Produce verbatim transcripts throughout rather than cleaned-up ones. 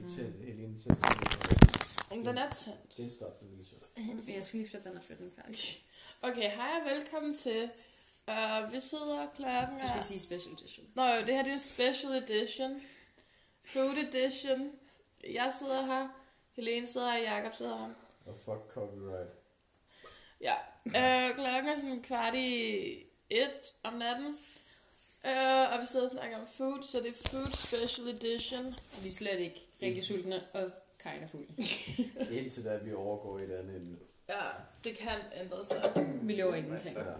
Tænd, Helene, tænd. Den er tændt. Den starter lige så. Jeg skal lige flytte den og flytte den færdig. Okay, hej og velkommen til. Uh, vi sidder klokken Du skal er... sige special edition. Nå jo, det her det er special edition. Food edition. Jeg sidder her. Helene sidder her. Jakob sidder her. Og fuck copyright. Ja. Uh, klokken er sådan kvart i et om natten. Uh, og vi sidder og snakker om food, så det er food special edition. Og vi er slet ikke rigtig sultne og kind of fulde. Indtil da vi overgår i et andet emne. Ja, det kan ændre sig. Vi lover ingenting. Ja.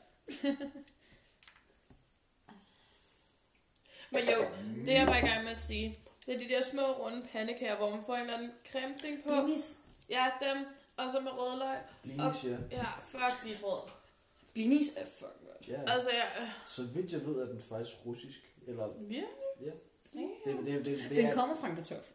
Men jo, det jeg var i gang med at sige, det er de der små runde pandekager, hvor man får en eller anden creme-ting på. Blinis. Ja, dem. Og så med rødløg. Blinis, ja. Ja, fuck de frød. Blinis er fucking godt. Ja. Altså, ja. Så vidt jeg ved, er den faktisk russisk. Eller... Virkelig? Ja. Det, det, det, det, det Den er... kommer fra en kartoffel.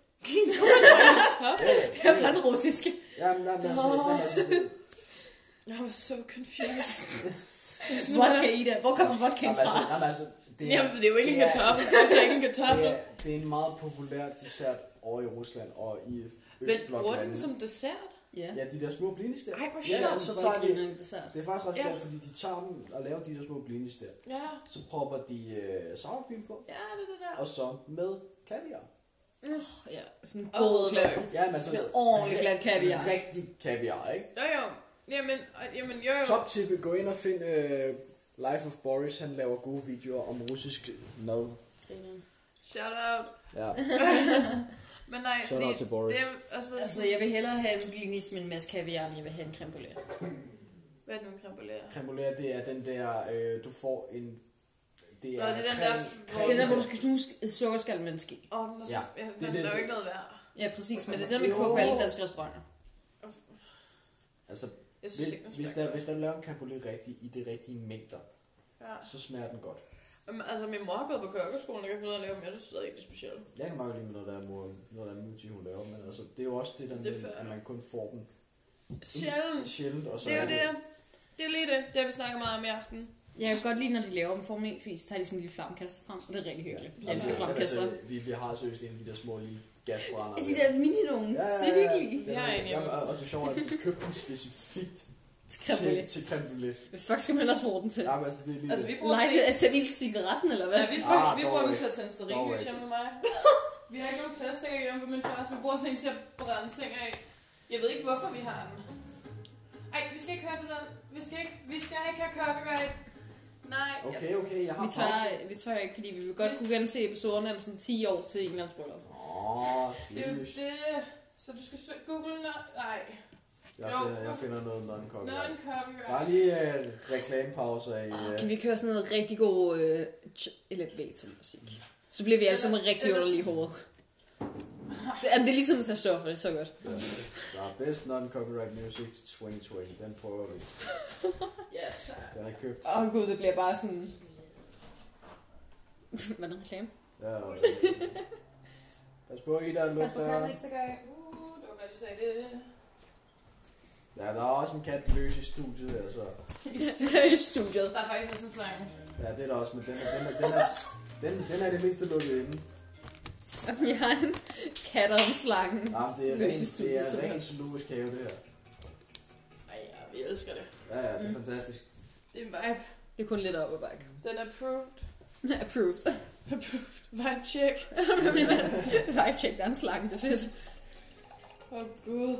Ja, Det er fra den russiske. ja, men, men, altså, men altså, det, Jeg var så confused. Vodka i det. Hvor kommer vodkaen jamen, altså, fra? jamen, altså, det er, Jamen, det er jo ikke en det er- kartoffel. Det er ikke en det kartoffel. er, det er en meget populær dessert over i Rusland og i Men bruger Østbloklandet. den som dessert? Ja. Ja, de der små blinis der. Ej, hvor Ja, sjovt. ja, så tager de... de... dessert. Det er faktisk ret Ja. sjovt, fordi de tager dem og laver de der små blinis der. Ja, Så propper de øh, sour cream på, ja, det er det der. og så med kaviar. Ja, sådan en Og god rødløg. klat. Ja, men altså... Med ordentlig klat kaviar. Rigtig kaviar, ikke? Jo, jo. Jamen, og- jamen, jo, jo. Top tip, gå ind og find øh, Life of Boris. Han laver gode videoer om russisk mad. Shout out. Ja, Men nej, shout out fordi til Boris. det er, altså, Altså, jeg vil hellere have en blinis med en masse kaviar, end jeg vil have en creme brûlée. hvad er det nu, en creme brûlée? Creme brûlée, det er den der, øh, du får en... Det Nå, det er den der, hvor- Den der, hvor du skal knuse sukkerskal med en ske. Åh, den er så, Ja, ja, det den er det, er jo det- ikke noget værd. Ja, præcis. Men det er den, vi får på alle danske restauranter. Altså, Jeg synes hvis, ikke, den hvis, smager der, godt. hvis der laver en creme brûlée rigtig, i de rigtige mængder, Ja. så smager den godt. Jamen, altså, min mor har gået på kokkeskolen, og jeg kan finde ud af at lave, men jeg synes stadig ikke, det er specielt. Jeg kan meget godt lide med noget, der er, mor- noget, der er muti, hun laver, men altså, det er jo også det der Det er med, fair. at man kun får dem Sjældent. sjældent, og så Det er jo det. det. Det er lige det. Det har vi snakket meget om i aften. Jeg kan godt lide, når de laver dem formelvis, så tager de sådan en lille flammekaster frem, og det er rigtig hyggeligt. Jeg elsker Altså, flammekaster. altså, vi, vi har seriøst en af de der små lille gasbrænder. De der mini-nogen, Ja, ja, så ja, ja. hyggelige. Den Jeg er er- enig. ja, og, og det er sjovt, at vi købte den specifikt Til creme til, brûlée. til creme brûlée. Hvad fuck skal man ellers bruge den til? Ja, men altså, det er lige Altså, det. vi bruger Nej, til... at sætte ild til cigaretten, eller hvad? Ja, vi, Ah, får, vi dog bruger den ikke. til at tænde Dog stearinlys ikke. hjemme med mig. Vi har ikke nogen tændstikker hjemme på min far, så vi bruger sådan en til at brænde ting af. Jeg ved ikke, hvorfor vi har den. Ej, vi skal ikke høre det der. Vi skal ikke, vi skal ikke have copyright. Nej. Okay, okay, jeg har Vi tør, vi tør ikke, fordi vi vil godt kunne gense episoderne om sådan ti år til Englands bryllup. Åh, Det er jo det det. Så du skal søge Google... no- Nej. jeg, Jo. finder, jeg finder noget non-copyright. Non-copyright. Der er lige uh, reklamepauser i... Oh, Uh, kan vi køre sådan noget rigtig god øh, ch- elevator-musik? Så bliver vi alle sammen rigtig Eller- underlige i hovedet. Det er, det er ligesom at tage stoffer, det er så godt. der er best non-copyright music tyve tyve. Den prøver vi. Ja, så... Den er købt. Åh oh, gud, det bliver bare sådan... Hvad er en reklame? Ja, og, pas på, I der er Pas luft på der. katten næste gang. Uh, det var godt, du sagde det. Ja, der er også en kat løs i studiet, altså. I studiet. Der er faktisk også en sang. Ja, det er der også, men den er, den er, den er, den, den er det mindste lukket inde. Jeg har en kat og en slange. Jamen, det er Løs i rent, studiet, det er simpelthen. rent zoologisk have, det her. Ej, ja, vi elsker det. Ja, ja, det er Mm. fantastisk. Det er en vibe. Det er kun lidt op ad bakke. Den er approved. Approved. Vibe check. Vibe check, der er en slange, det er fedt. Åh, oh, gud.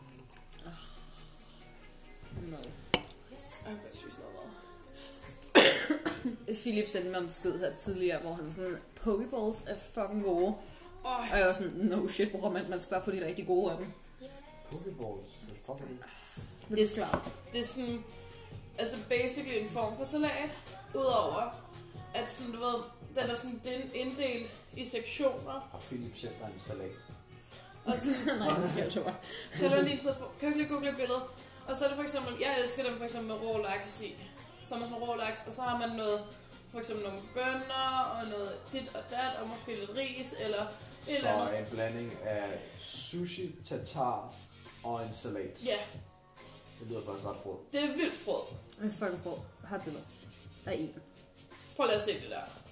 No. Jeg kan godt spise noget mad. Philip sendte mig en besked her tidligere, hvor han var sådan, Pokeballs er fucking gode. Åh, Og jeg var sådan, no shit, bror, man, man skal bare få de rigtig gode af dem. Pokeballs, hvad fuck er det? Det er klart. det er sådan... Altså, basically en form for salat. Udover, at sådan, du ved, den er sådan den inddelt i sektioner. Har Philip sendt dig en salat? Og så Nej, det skal jeg tro. kan du lige, så kan du lige google et billede. Og så er det for eksempel, jeg elsker dem for eksempel med rå laks i. Så er man sådan rå laks, og så har man noget, for eksempel nogle bønner, og noget dit og dat, og måske lidt ris, eller et Så eller andet. en blanding af sushi, tartar og en salat. Ja, Det lyder faktisk ret frød. det er vildt frød. Men fucking bror, har et billede. Der er en. Prøv lige at se det der.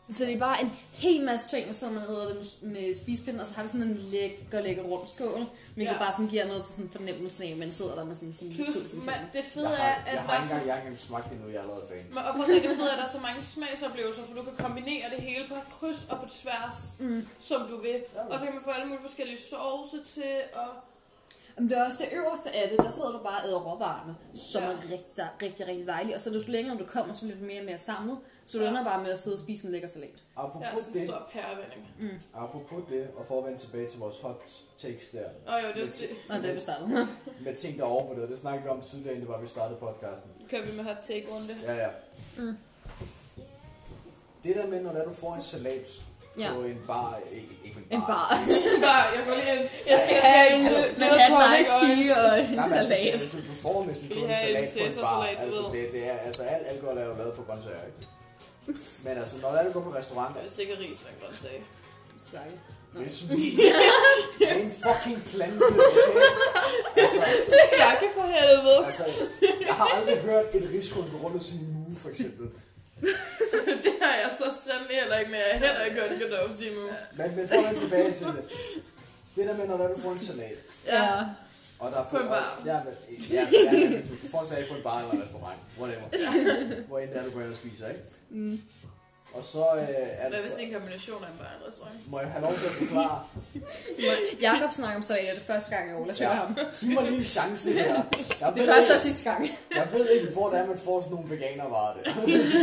Så det er bare en hel masse ting, og så man æder det med, med spisepinden, og så har vi sådan en lækker, lækker rund skål, hvilket Ja. bare sådan giver noget til sådan en fornemmelse af, man sidder der med sådan, sådan en lille skål Plus, til man, pinden. det fede Jeg er, har, at jeg der har er ikke så... engang, jeg har ikke engang smagt det nu, jeg er allerede fan. Men- Og prøv at se, det fede er, at der er så mange smagsoplevelser, for du kan kombinere det hele på kryds og på tværs, Mm. som du vil. Ja. Og så kan man få alle mulige forskellige sauce til, og... Men det er også det øverste af det, der sidder du bare og æder råvarerne, som Ja. er rigtig, der er rigtig, rigtig dejligt. Og så desto længere du kommer, så bliver det mere og mere samlet, så du Ja. ender bare med at sidde og spise en lækker salat. Apropos Ja, sådan en det, stor pærevending. Mm. apropos det, og for at vende tilbage til vores hot takes der, Og jo, det, Men det, til- Og det er vi startet. med ting, der er overvurderet, det snakkede vi om tidligere, inden det var, vi startede podcasten. kan vi med hot take runde. Ja, ja. Mm. Det der med, når der du får en salat Ja. på en bar, ikke, ikke en bar. En bar. Nej, jeg går lige ind. Jeg skal have en gin og Manhattan tonic Ice Tea og en Nej, men altså, salat. det- du, du får næsten Skal kun I en have en salat på en bar. Caesar-salat, du Altså, ved? det, det er, altså, alt alkohol er jo lavet på grøntsager, ikke? Men altså, når der er, du går på restaurant, Det er sikkert ris, man godt sige. Sakke. det er svin. Det er en fucking plante, okay? Altså, Sakke for helvede. altså, jeg har aldrig hørt et riskål gå rundt og sige mue, for eksempel. Det har jeg så sandelig heller ikke med. Jeg har heller ikke hørt en gadov sige mu. Men, men for at vende tilbage til det. Det der med, når der er, du får en salat, Ja. og der er På en bar. Ja, men, ja, ja, ja, du får en salat på en bar eller en restaurant, whatever. Hvor end der du går ind og spiser, ikke? Mm. Og så øh, er Hvad det, hvis det er en kombination af en bar og en restaurant? må jeg have lov til at forklare. Jakob snakker om salat, det er første gang, jeg overlader Ja. ham. Giv mig lige en chance her. Jeg Det ved, er første og ikke, sidste gang. jeg ved ikke, hvor det er, man får sådan nogle veganervarer der.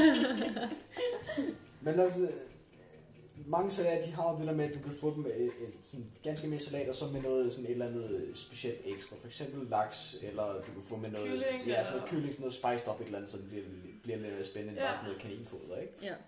Men når, mange salater, de har jo det der med, at du kan få dem med en, sådan ganske mere salat, og så med noget sådan et eller andet specielt ekstra. For eksempel laks, eller du kan få med noget, Kylling, ja, sådan noget eller- kylling, sådan noget spiced up et eller andet, så det bliver, bliver lidt mere spændende end Ja. bare sådan noget kaninfoder, ikke? Ja.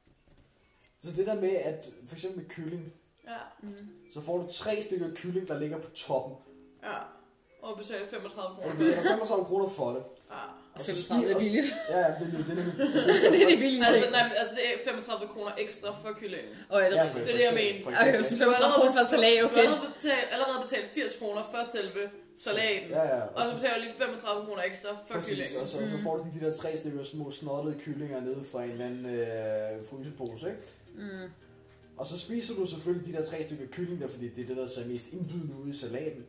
Så det der med, at for eksempel med kylling, Ja. Mm. så får du tre stykker kylling, der ligger på toppen, Ja. Og betale femogtredive og kroner. du betaler femogtredive kroner for det. Ja. Og så femogtredive er spiser- billigt. Ja, ja, det er det, det, er det, Det er det billige Altså, ting. nej, men altså, det er femogtredive kroner ekstra for kyllingen. Og er det Ja, rigtigt? Det er det, jeg mener. for Ej, eksempel, jeg synes, ikke? Du har femogtredive kroner for en salat, Du okay. har allerede betalt, allerede betalt firs kroner for selve salaten. Ja, ja. Og så betaler du lige femogtredive kroner ekstra for Præcis, kyllingen. og så, så får du sådan de der tre stykker små snottede kyllinger nede fra en eller anden øh, frysepose, ikke? Mm. Og så spiser du selvfølgelig de der tre stykker kylling der, fordi det er det, der ser mest indbydende ud i salaten.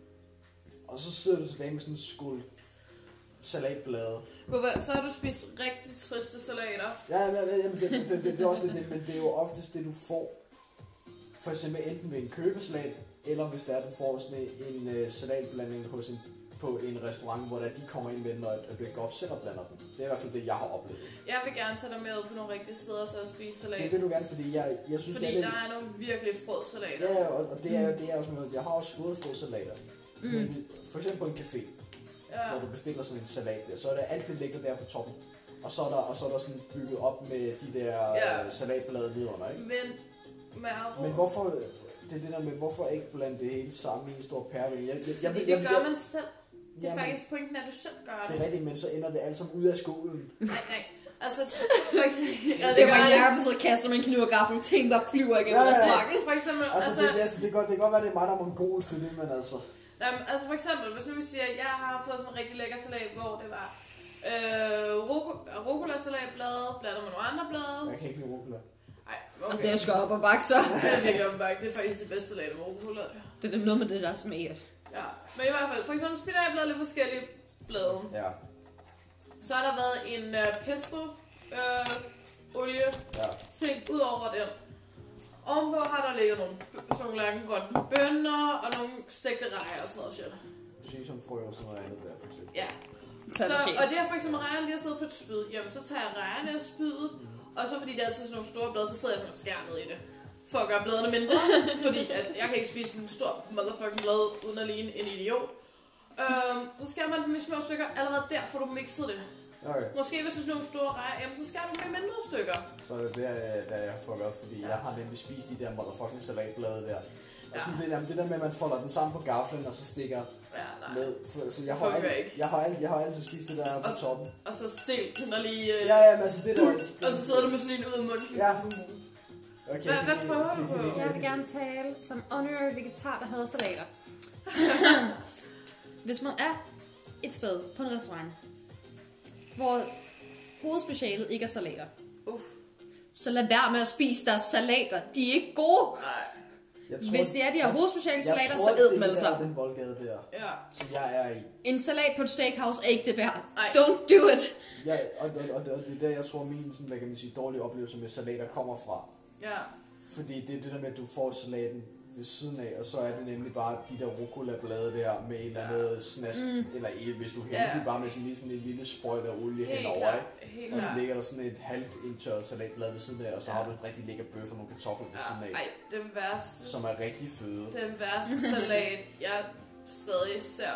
Og så sidder du tilbage med sådan en skål salatblade. Hvorfor? Så har du spist rigtig triste salater. Ja, ja, ja, jamen, det, det, det, det, er også det, det, men det er jo oftest det, du får. For eksempel enten ved en købesalat, eller hvis der er, du får sådan en uh, salatblanding hos en, på en restaurant, hvor der de kommer ind med den, og et går op selv og blander den. Det er i hvert fald det, jeg har oplevet. Jeg vil gerne tage dig med ud på nogle rigtige steder, så at spise salat. Det vil du gerne, fordi jeg, jeg synes, Fordi det er der lidt... er nogle virkelig frød salater. Ja, og, og det er, det er også noget. Jeg har også fået få salater. Mm. Men for eksempel på en café, Ja. når du bestiller sådan en salat der, så er der alt det ligger der på toppen. Og så er der, og så er der sådan bygget op med de der Ja. ja. salatblade nedenunder, ikke? Men, Mauro, Men hvorfor, det er det der med, hvorfor ikke blande det hele sammen i en stor pæreving? Jeg, jeg, jeg, fordi jeg, det jeg, gør jeg, man selv. Det er Jamen, faktisk pointen, at du selv gør det det. er rigtigt, men så ender det alt sammen ud af skålen. Nej, nej. Altså, for eksempel... Ja, Altså, det gør var det. Jakob, så kaster man kniv og gaffel, ting der flyver igennem Ja, ja, vores ja. snakke. For eksempel, Altså, altså, det, det, altså det, kan godt, det kan godt være, det er mig, der er mongol til det, men altså... jamen, altså for eksempel, hvis nu vi siger, at jeg har fået sådan en rigtig lækker salat, hvor det var øh, rucola-salatblade, blandet med nogle andre blade. Jeg kan ikke lide rucola. Nej, Og okay. det er sgu op og bakke, så. Det er virkelig opbagt. Det er faktisk det bedste salat med rucola. Det er noget med det, der smager. Ja, men i hvert fald, for eksempel spinatblade, lidt forskellige blade. Ja, Så har der været en uh, pesto øh, olie ja. ting ud over den. Ovenpå har der ligget nogle, sådan nogle lange grønne bønner og nogle stegte rejer og sådan noget shit. Sesamfrø og sådan noget andet der, for eksempel. Ja. Så, Så, og det er for eksempel rejerne, de har siddet på et spyd. Jamen, så tager jeg rejerne af spydet, og så fordi det er altid sådan nogle store blade, så sidder jeg sådan og skærer ned i det. For at gøre bladene mindre, fordi at jeg kan ikke spise en stor motherfucking blad uden at ligne en idiot. Øhm, så skærer man dem i små stykker, allerede der får du mixet det. Okay, Måske hvis du sådan nogle store rejer, jamen så skærer du dem i mindre stykker. så er det der, der jeg har fucket op, fordi ja. jeg har nemlig spist de der motherfucking salatblade der. Og Ja. sådan det der, det der med, at man folder den sammen på gaflen, og så stikker Ja, nej. med. For- Så jeg har, Fungerer alt, ikke. jeg, har alt, jeg har altid spist det der på Og så- toppen. Og så stil den og lige... Øh, Ja, ja, men altså det der... og så sidder du med sådan en ud af munden. Ja. Okay, Hvad- hvad det- prøver du det- på? det- det- Jeg vil gerne tale som honorary vegetar, der hader salater. Hvis man er et sted på en restaurant, hvor hovedspecialet ikke er salater, Uff. så lad være med at spise deres salater. De er ikke gode. Nej. Jeg tror, Hvis det er de her hovedspeciale salater, jeg så tror, æd dem alle det er sammen. den boldgade der, Ja. som jeg er i. En salat på et steakhouse er ikke det værd. Ej. Don't do it. Ja, og, og, og, og det er der, jeg tror, min sådan, hvad kan man sige, dårlige oplevelse med salater kommer fra. Ja. Fordi det er det der med, at du får salaten ved siden af, og så er det nemlig bare de der rucola-blade der med en eller anden snask, mm. eller et, hvis du heldig, Ja. bare med sådan, lige sådan en lille sprøjt af olie Helt henover, klart. ikke? Helt Og så klart. ligger der sådan et halvt indtørret salatblad ved siden af, og så Ja. har du et rigtig lækker bøf og nogle kartofler ved siden af, Ja. Ej, den værste. som er rigtig føde. Den værste salat, jeg stadig ser.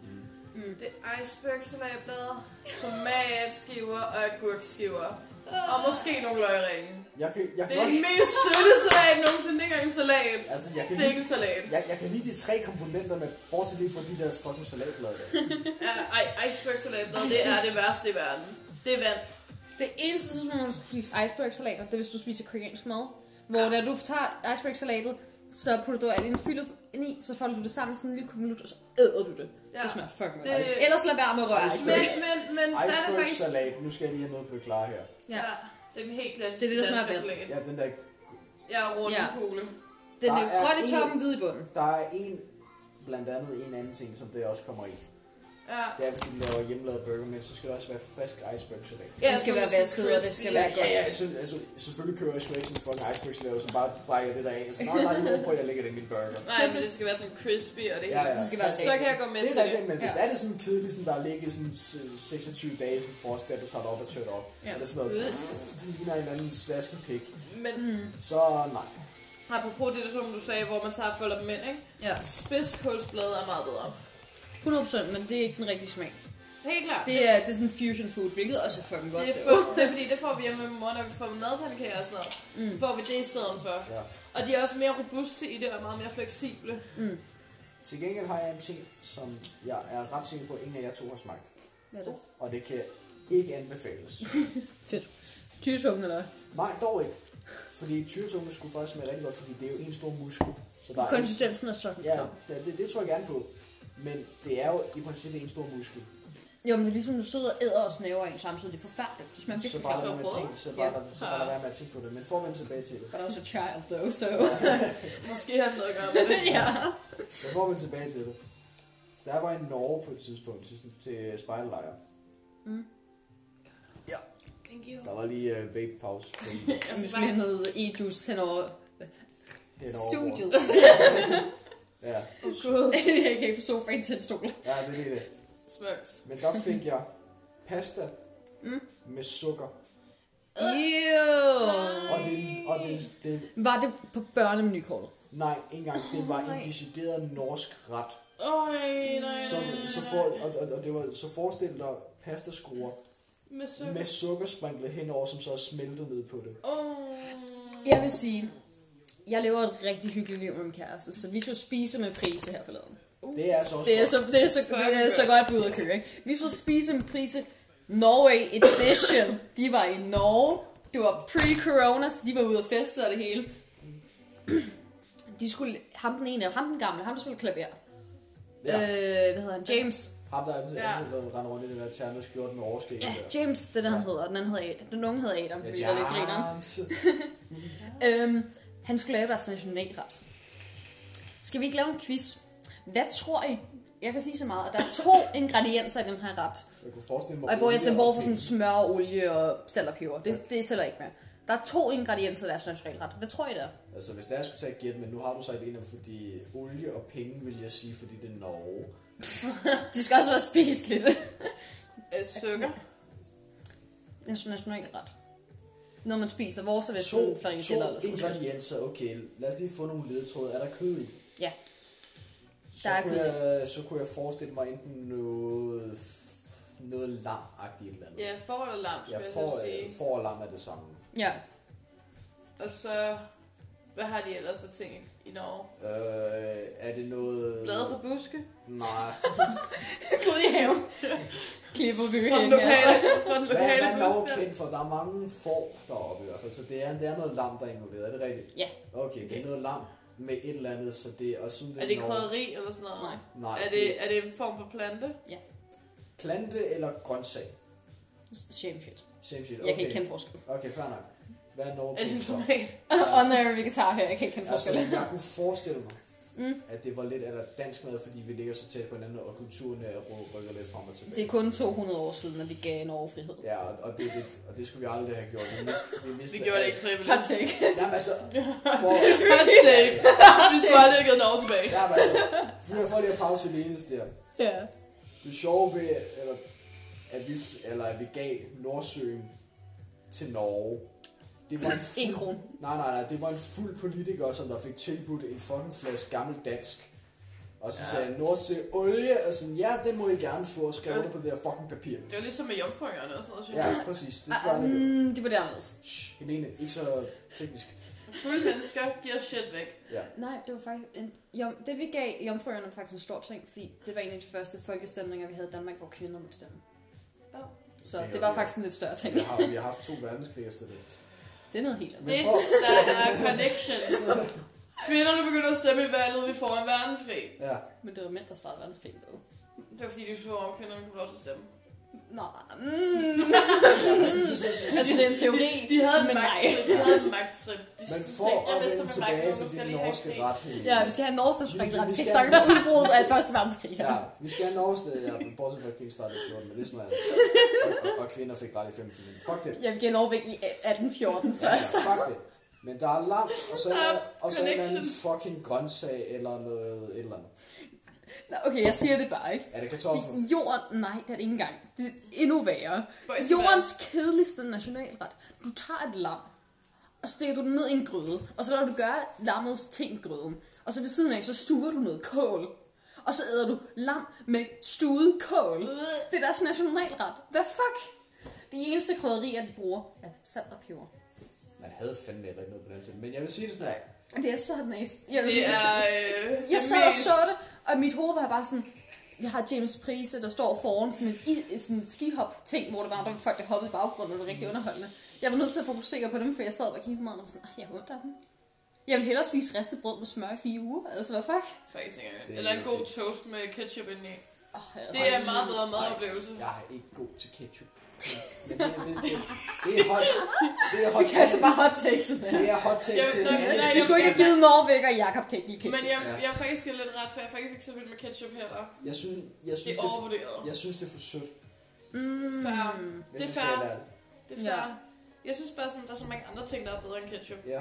Mm. Det er iceberg-salatblade, tomatskiver og agurkskiver. Og måske nogle løgringe. Jeg kan, jeg Det kan er godt, den mest søde salat nogensinde, ikke engang en salat. altså, jeg kan Det er lide, ikke en salat. jeg, jeg kan lide de tre komponenter, men bortset lige fra de der fucking salatblade der. Ja, ej, iceberg-salatblade, det er det værste i verden. Det er vand. Det eneste tidspunkt, hvor du spiser iceberg-salater, det er, hvis du spiser koreansk mad. Hvor da du tager iceberg-salatet, så putter du alt en fylde ind i, så folder du det sammen sådan en lille minut, og så æder du det. Ja. Det smager fucking Det- godt. Ellers lad være med at røre Iceberg. Men, iceberg. men, men, der er det faktisk... Iceberg-salat, nu skal jeg lige have noget på det klare her. Ja. Ja, det er den helt klassiske Det er det, der smager danske bedst. salat. Ja, den der, Ja, runde Ja. kugle. Den Der er er grøn i en- toppen, hvid i bunden. der er en, blandt andet en anden ting, som det også kommer i. Ja. Det er, hvis du laver hjemmelavet burger, men så skal det også være frisk iceberg-salat. Ja, Det skal så være sådan vasket, og det skal crispy. være Ja, godt. ja, altså, altså, selvfølgelig kører jeg sgu ikke sådan en fucking iceberg-salat, som bare brækker det der af. Så nej, nej, jeg håber på, at jeg lægger det i min burger. Nej, men det skal være sådan crispy, og det Ja, ja. Det skal være Så kan jeg gå med Det til er det. rigtigt, men hvis Ja. det er det sådan kedeligt, sådan, der er ligget sådan seksogtyve dage sådan frost, der du tager det op og tør det op, Ja. og det er sådan noget, det ligner en anden slaskepik, Men Mm. så nej. apropos det, som du sagde, hvor man tager og folder dem ind, ikke? Ja. Spidskålsblade er meget bedre. hundrede procent, men det er ikke den rigtige smag. Helt klart. Det er, det er sådan fusion food, hvilket også er fucking godt. Det er, for, det er fordi, det får vi hjemme med min mor, når vi får madpandekager og sådan noget. Mm. Får vi det i stedet for. Ja. Og de er også mere robuste i det, og meget mere fleksible. Mm. Til gengæld har jeg en ting, som jeg er ret sikker på, at ingen af jer to har smagt. Hvad er det? Og det kan ikke anbefales. Fedt. Tyresungen eller hvad? Nej, dog ikke. Fordi tyretunge skulle faktisk smage rigtig godt, fordi det er jo en stor muskel. Så der er Konsistensen er sådan. ja, det, det, det tror jeg gerne på. Men det er jo i princippet en stor muskel. Jo, men det er ligesom, du sidder og æder og snæver en samtidig. Det er forfærdeligt. Det smager Så virkelig bare godt. lad være med at tænke, så bare, Ja. lad, så bare lad være med at tænke på det. Men for at vende tilbage til det. But I was a child though, so... Måske har det noget at gøre med det. ja. Men for at vende tilbage til det. Der var i Norge på et tidspunkt til, til spejllejr. Mm. Thank you. Der var lige uh, vape pause. Vi skulle have noget e-juice henover studiet. Ja, Oh, God. Jeg kan ikke få sofaen til en stol. ja, det er det. Smukt. Men der fik jeg pasta Mm. med sukker. Ew. Og det, og det, det Var det på børnemenukortet? nej, ikke engang. Det var Nej. en decideret norsk ret. Øj, nej, nej, Så, nej, så, nej. for, og, og, og det var, så forestil dig pastaskruer Med sukker. med sukker sprinklet henover, som så er smeltet ned på det. Åh. Jeg vil sige, jeg lever et rigtig hyggeligt liv med min kæreste, så vi så spise med Prise her forleden. Det er altså også Det er godt. så, det er så, det er så godt bud at køre, ikke? Vi så spise med Prise Norway Edition. De var i Norge. Det var pre-corona, så de var ude og feste og det hele. De skulle, ham den ene, ham den gamle, ham der spiller klaver. Ja. Øh, hvad hedder han? James. Ham der altid, Ja. altid været rende rundt i det der ternede skjort med overskæg. Ja, der. James, det er det, han hedder. Den anden hedder Adam. Den unge hedder Adam. Ja, fordi jeg lidt griner. James. Øhm, han skulle lave deres nationalret. Skal vi ikke lave en quiz? Hvad tror I? Jeg kan sige så meget, at der er to ingredienser i den her ret. Jeg kunne forestille mig... Og hvor jeg ser olie bort og for sådan penge. smør, olie og salt og peber. Det, det tæller ikke med. Der er to ingredienser i deres nationalret. Hvad tror I der? Altså, hvis der jeg skulle tage et gæt, men nu har du sagt en af fordi olie og penge, vil jeg sige, fordi det er Norge. De skal også være spiseligt. Øh, sukker. En nationalret. Når man spiser, hvor så vil To, sådan flere to eller sådan noget. ingredienser, okay. Lad os lige få nogle ledetråde. Er der kød i? Ja. Så, Der er kunne kød i. jeg, så kunne jeg forestille mig enten noget, noget lam-agtigt eller andet. Ja, får eller lam, Ja, skal jeg får, så sige. øh, får og lam er det samme. Ja. Og så, hvad har de ellers af ting i Norge? Øh, er det noget... Blade på buske? Nej. Gud i haven. Klipper vi Fra den hen, altså. lokale, fra den Hvad, hvad lokale er Norge buske? kendt for? Der er mange får deroppe i hvert fald, så det er, det er noget lam, der er involveret. Er det rigtigt? Ja. Okay, det er noget lam med et eller andet, så det er... Og sådan, Er det Norge- krydderi eller sådan noget? Nej. Nej, Er det, er det en form for plante? plante eller grøntsag? Shame shit. Same shit. Jeg kan ikke Okay. kende forskel. Okay, fair nok. Hvad er Norge? Er det en tomat? Og når jeg er vegetar her, jeg kan ikke kende Altså, forskel. jeg kunne forestille mig, Mm. at det var lidt eller dansk mad, fordi vi ligger så tæt på hinanden, og kulturen er rykker lidt frem og tilbage. Det er kun to hundrede år siden, at vi gav Norge frihed. Ja, og, og, det, det, og det skulle vi aldrig have gjort. Vi mistede, vi mistede Vi gjorde det ikke frivilligt. Hot take. Jamen altså, hvor, Hot take. Vi skulle aldrig have givet Norge tilbage. jamen altså, for, for lige at pause det eneste der. Ja. Det sjove ved, eller, at vi, eller at vi gav Nordsøen til Norge, det var en fuld, En krone. nej, nej, nej, det var en fuld politiker, som der fik tilbudt en fucking flaske gammel dansk. Og så Ja. sagde Nordsø olie, og sådan, ja, det må I gerne få, og skrev det på det der fucking papir. Det var ligesom med jomfruøerne og sådan noget, synes jeg. Ja, præcis. Det skulle aldrig Mm, det var det anderledes. Shh, Helene, ikke så teknisk. Fulde mennesker giver shit væk. Ja. Nej, det var faktisk en, jom, det vi gav jomfruøerne var faktisk en stor ting, fordi det var en af de første folkestemninger, vi havde i Danmark, hvor kvinder måtte stemme. Ja. Så det var faktisk en lidt større ting. Vi har, vi har haft to verdenskrig efter det. Det er noget helt andet. Men Det, for, der er connections. Kvinderne begynder at stemme i valget, vi får en verdenskrig. ja. Men det var mænd, der startede verdenskrig, dog. Det var fordi, de så at kvinderne kunne få lov til at stemme. Nå, mm. Altså, så, så, så, Altså, det er en teori, De havde en men nej. magttrip. De havde en magttrip. De men sagde, for "Jeg at vidste, vende med tilbage magten, til nu skal din lige have norske krig." ret, Helene. Ja, vi skal have Norges Vi- ret. vi- vi Seks skal- gange udbrud af første verdenskrig. Ja, vi skal have Norges det, ja, men bortset fra at krigen startede i fjorten, men det er sådan noget. Og, og, og kvinder fik ret i femten, men fuck det. Jeg vil give Norge væk i atten fjorten, så Ja, altså. ja, fuck det. Men der er lam, og så, er, og så en eller anden Connection. fucking grøntsag, eller noget, et eller andet. Nå, okay, jeg siger det bare, ikke? Er det kartoffel? Det, jorden, nej, det er det ikke engang. Det er endnu værre. Boys, Jordens kedeligste nationalret. Du tager et lam, og så stikker du det ned i en gryde, og så lader du gøre lammets ting i gryden. Og så ved siden af, så stuer du noget kål. Og så æder du lam med stuet kål. Det er deres nationalret. Hvad fuck? De eneste krydderier, de bruger, er salt og peber. Man havde fandme ikke noget på den side. Men jeg vil sige det sådan her. Det er så næst. Jeg, Det er øh, jeg det sad og mest... så det, og mit hoved var bare sådan, jeg har James Price, der står foran sådan et, i- sådan et skihop-ting, hvor der var der folk, der hoppede i baggrunden, og det var rigtig underholdende. Jeg var nødt til at fokusere på dem, for jeg sad og kiggede på maden og var sådan, "Ej, jeg har ondt af dem. Jeg vil hellere spise ristebrød med smør i fire uger, altså hvad fuck? Faktisk ikke engang. Det- Eller en god toast med ketchup indeni. Oh, jeg Det er en meget bedre madoplevelse. Jeg er ikke god til ketchup. Men det, det, det, det er hot. Det er hot Vi kan altså bare hot takes ud Det er hot take Jeg- til nej, alle. nej, Vi skulle ikke have givet Norvæk og Jakob kan ikke lide ketchup. Men jeg, Ja. jeg er faktisk lidt ret, for jeg er faktisk ikke så vild med ketchup heller. Jeg synes, jeg Det synes, er det, overvurderet. jeg synes, det er for sødt. Mm. Fair. Hvis Det er jeg skal fair. være ærlig. Det er fair. Jeg synes bare sådan, der er så mange andre ting, der er bedre end ketchup. Ja.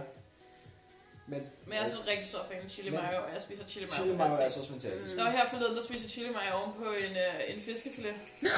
Men, Men jeg er sådan en rigtig stor fan af chili Men- mayo, og jeg spiser chili mayo. chili på mayo alting. er så fantastisk. Der var her forleden, der spiser chili mayo oven på en, øh, en fiskefilet.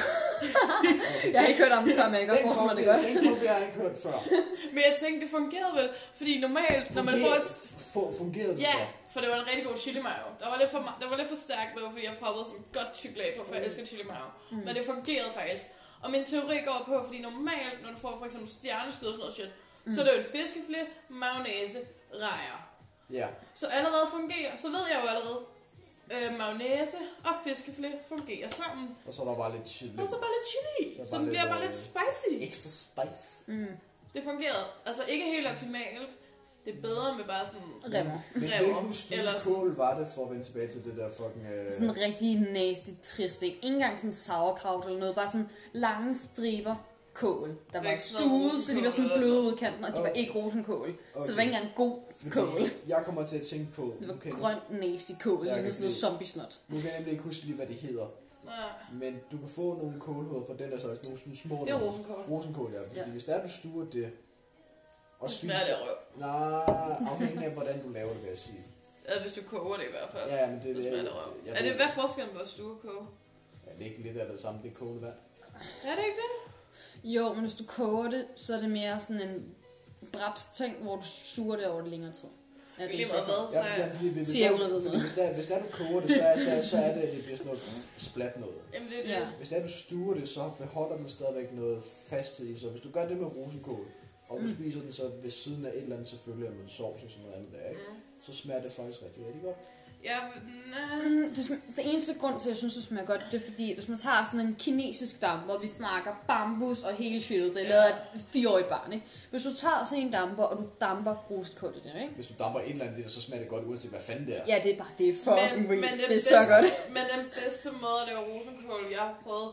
Okay. Jeg har ikke hørt om det før, men jeg kan godt Den forestille mig det kom- godt. Den kunne jeg ikke hørt før. Men jeg tænkte, det fungerede vel, fordi normalt, når man får et... Fu- Fungerede det Ja, så? for det var en rigtig god chili mayo. Der var lidt for, ma- der var lidt for stærkt, det var, fordi jeg proppede sådan godt tyk lag på, for jeg elsker chili mayo. Mm. Men det fungerede faktisk. Og min teori går på, fordi normalt, når du får for eksempel stjerneskud og sådan noget shit, mm. så er det jo en fiskefilet, mayonnaise, rejer. Ja. Så allerede fungerer, så ved jeg jo allerede, øh, mayonnaise og fiskefilet fungerer sammen. Og så er der bare lidt chili. Og så bare lidt chili, Så er så, bare den lidt, bliver bare øh, lidt spicy. Ekstra spice. Mm. Det fungerede. Altså ikke helt optimalt. Det er bedre med bare sådan... Remmer. Men Rever. hvilken stue Eller sådan- kål var det, for at vende tilbage til det der fucking... Øh... Sådan en rigtig nasty trist, ikke? Ikke engang sådan sauerkraut eller noget, bare sådan lange striber kål, der Det er var ikke sådan noget stuet, så de var sådan rosenkål bløde eller udkanten, og de var Okay. ikke rosenkål. Så Okay. det var ikke engang god kål. Fordi jeg kommer til at tænke på... Det var okay, grønt nasty kål, Jeg lige kan sådan noget lide- zombie snot. Nu kan jeg nemlig ikke huske lige, hvad det hedder. Nej, Men du kan få nogle kålhoveder på den der, så er nogle sådan små... det er rosenkål. Rosenkål, ja. Fordi Ja. hvis der du stuer det, og Det smager det spiser... af røv. Nej, afhængig af, hvordan du laver det, vil jeg sige. Ja, hvis du koger det i hvert fald. Ja, men det, Det smager det af røv. jeg Er det, ved- hvad er forskellen på at stue og koge? Ja, det er ikke lidt af det samme, det er kogevand. Er det ikke det? Jo, men hvis du koger det, så er det mere sådan en bræt ting, hvor du suger det over det længere tid. Ja, det er Lige sikkert. meget hvad, så Ja, fordi, er... fordi, hvis, Siger jeg der, uden at vide fordi noget. hvis, der, hvis der du koger det, så er, så, så er det, at det bliver sådan noget splat noget. Jamen det er det. Ja. Hvis der du stuer det, så beholder den stadigvæk noget fasthed i. Så hvis du gør det med rosenkål, og du Mm. spiser den så ved siden af et eller andet selvfølgelig, med sovs og sådan noget andet der, ikke? Mm. Så smager det faktisk rigtig, rigtig godt. Ja, nej. Mm, det, sm- det eneste grund til, at jeg synes, det smager godt, det er fordi, hvis man tager sådan en kinesisk damper, hvor vi snakker bambus og hele shitet, det er lavet af et fireårigt barn, ikke? Hvis du tager sådan en damper, og du damper rosenkål i den, ikke? Hvis du damper et eller andet der, så smager det godt, uanset hvad fanden det er. Ja, det er bare, det er fucking Men, weird. men Det er bedste, så godt. Men den bedste måde at lave rosenkål, jeg har prøvet,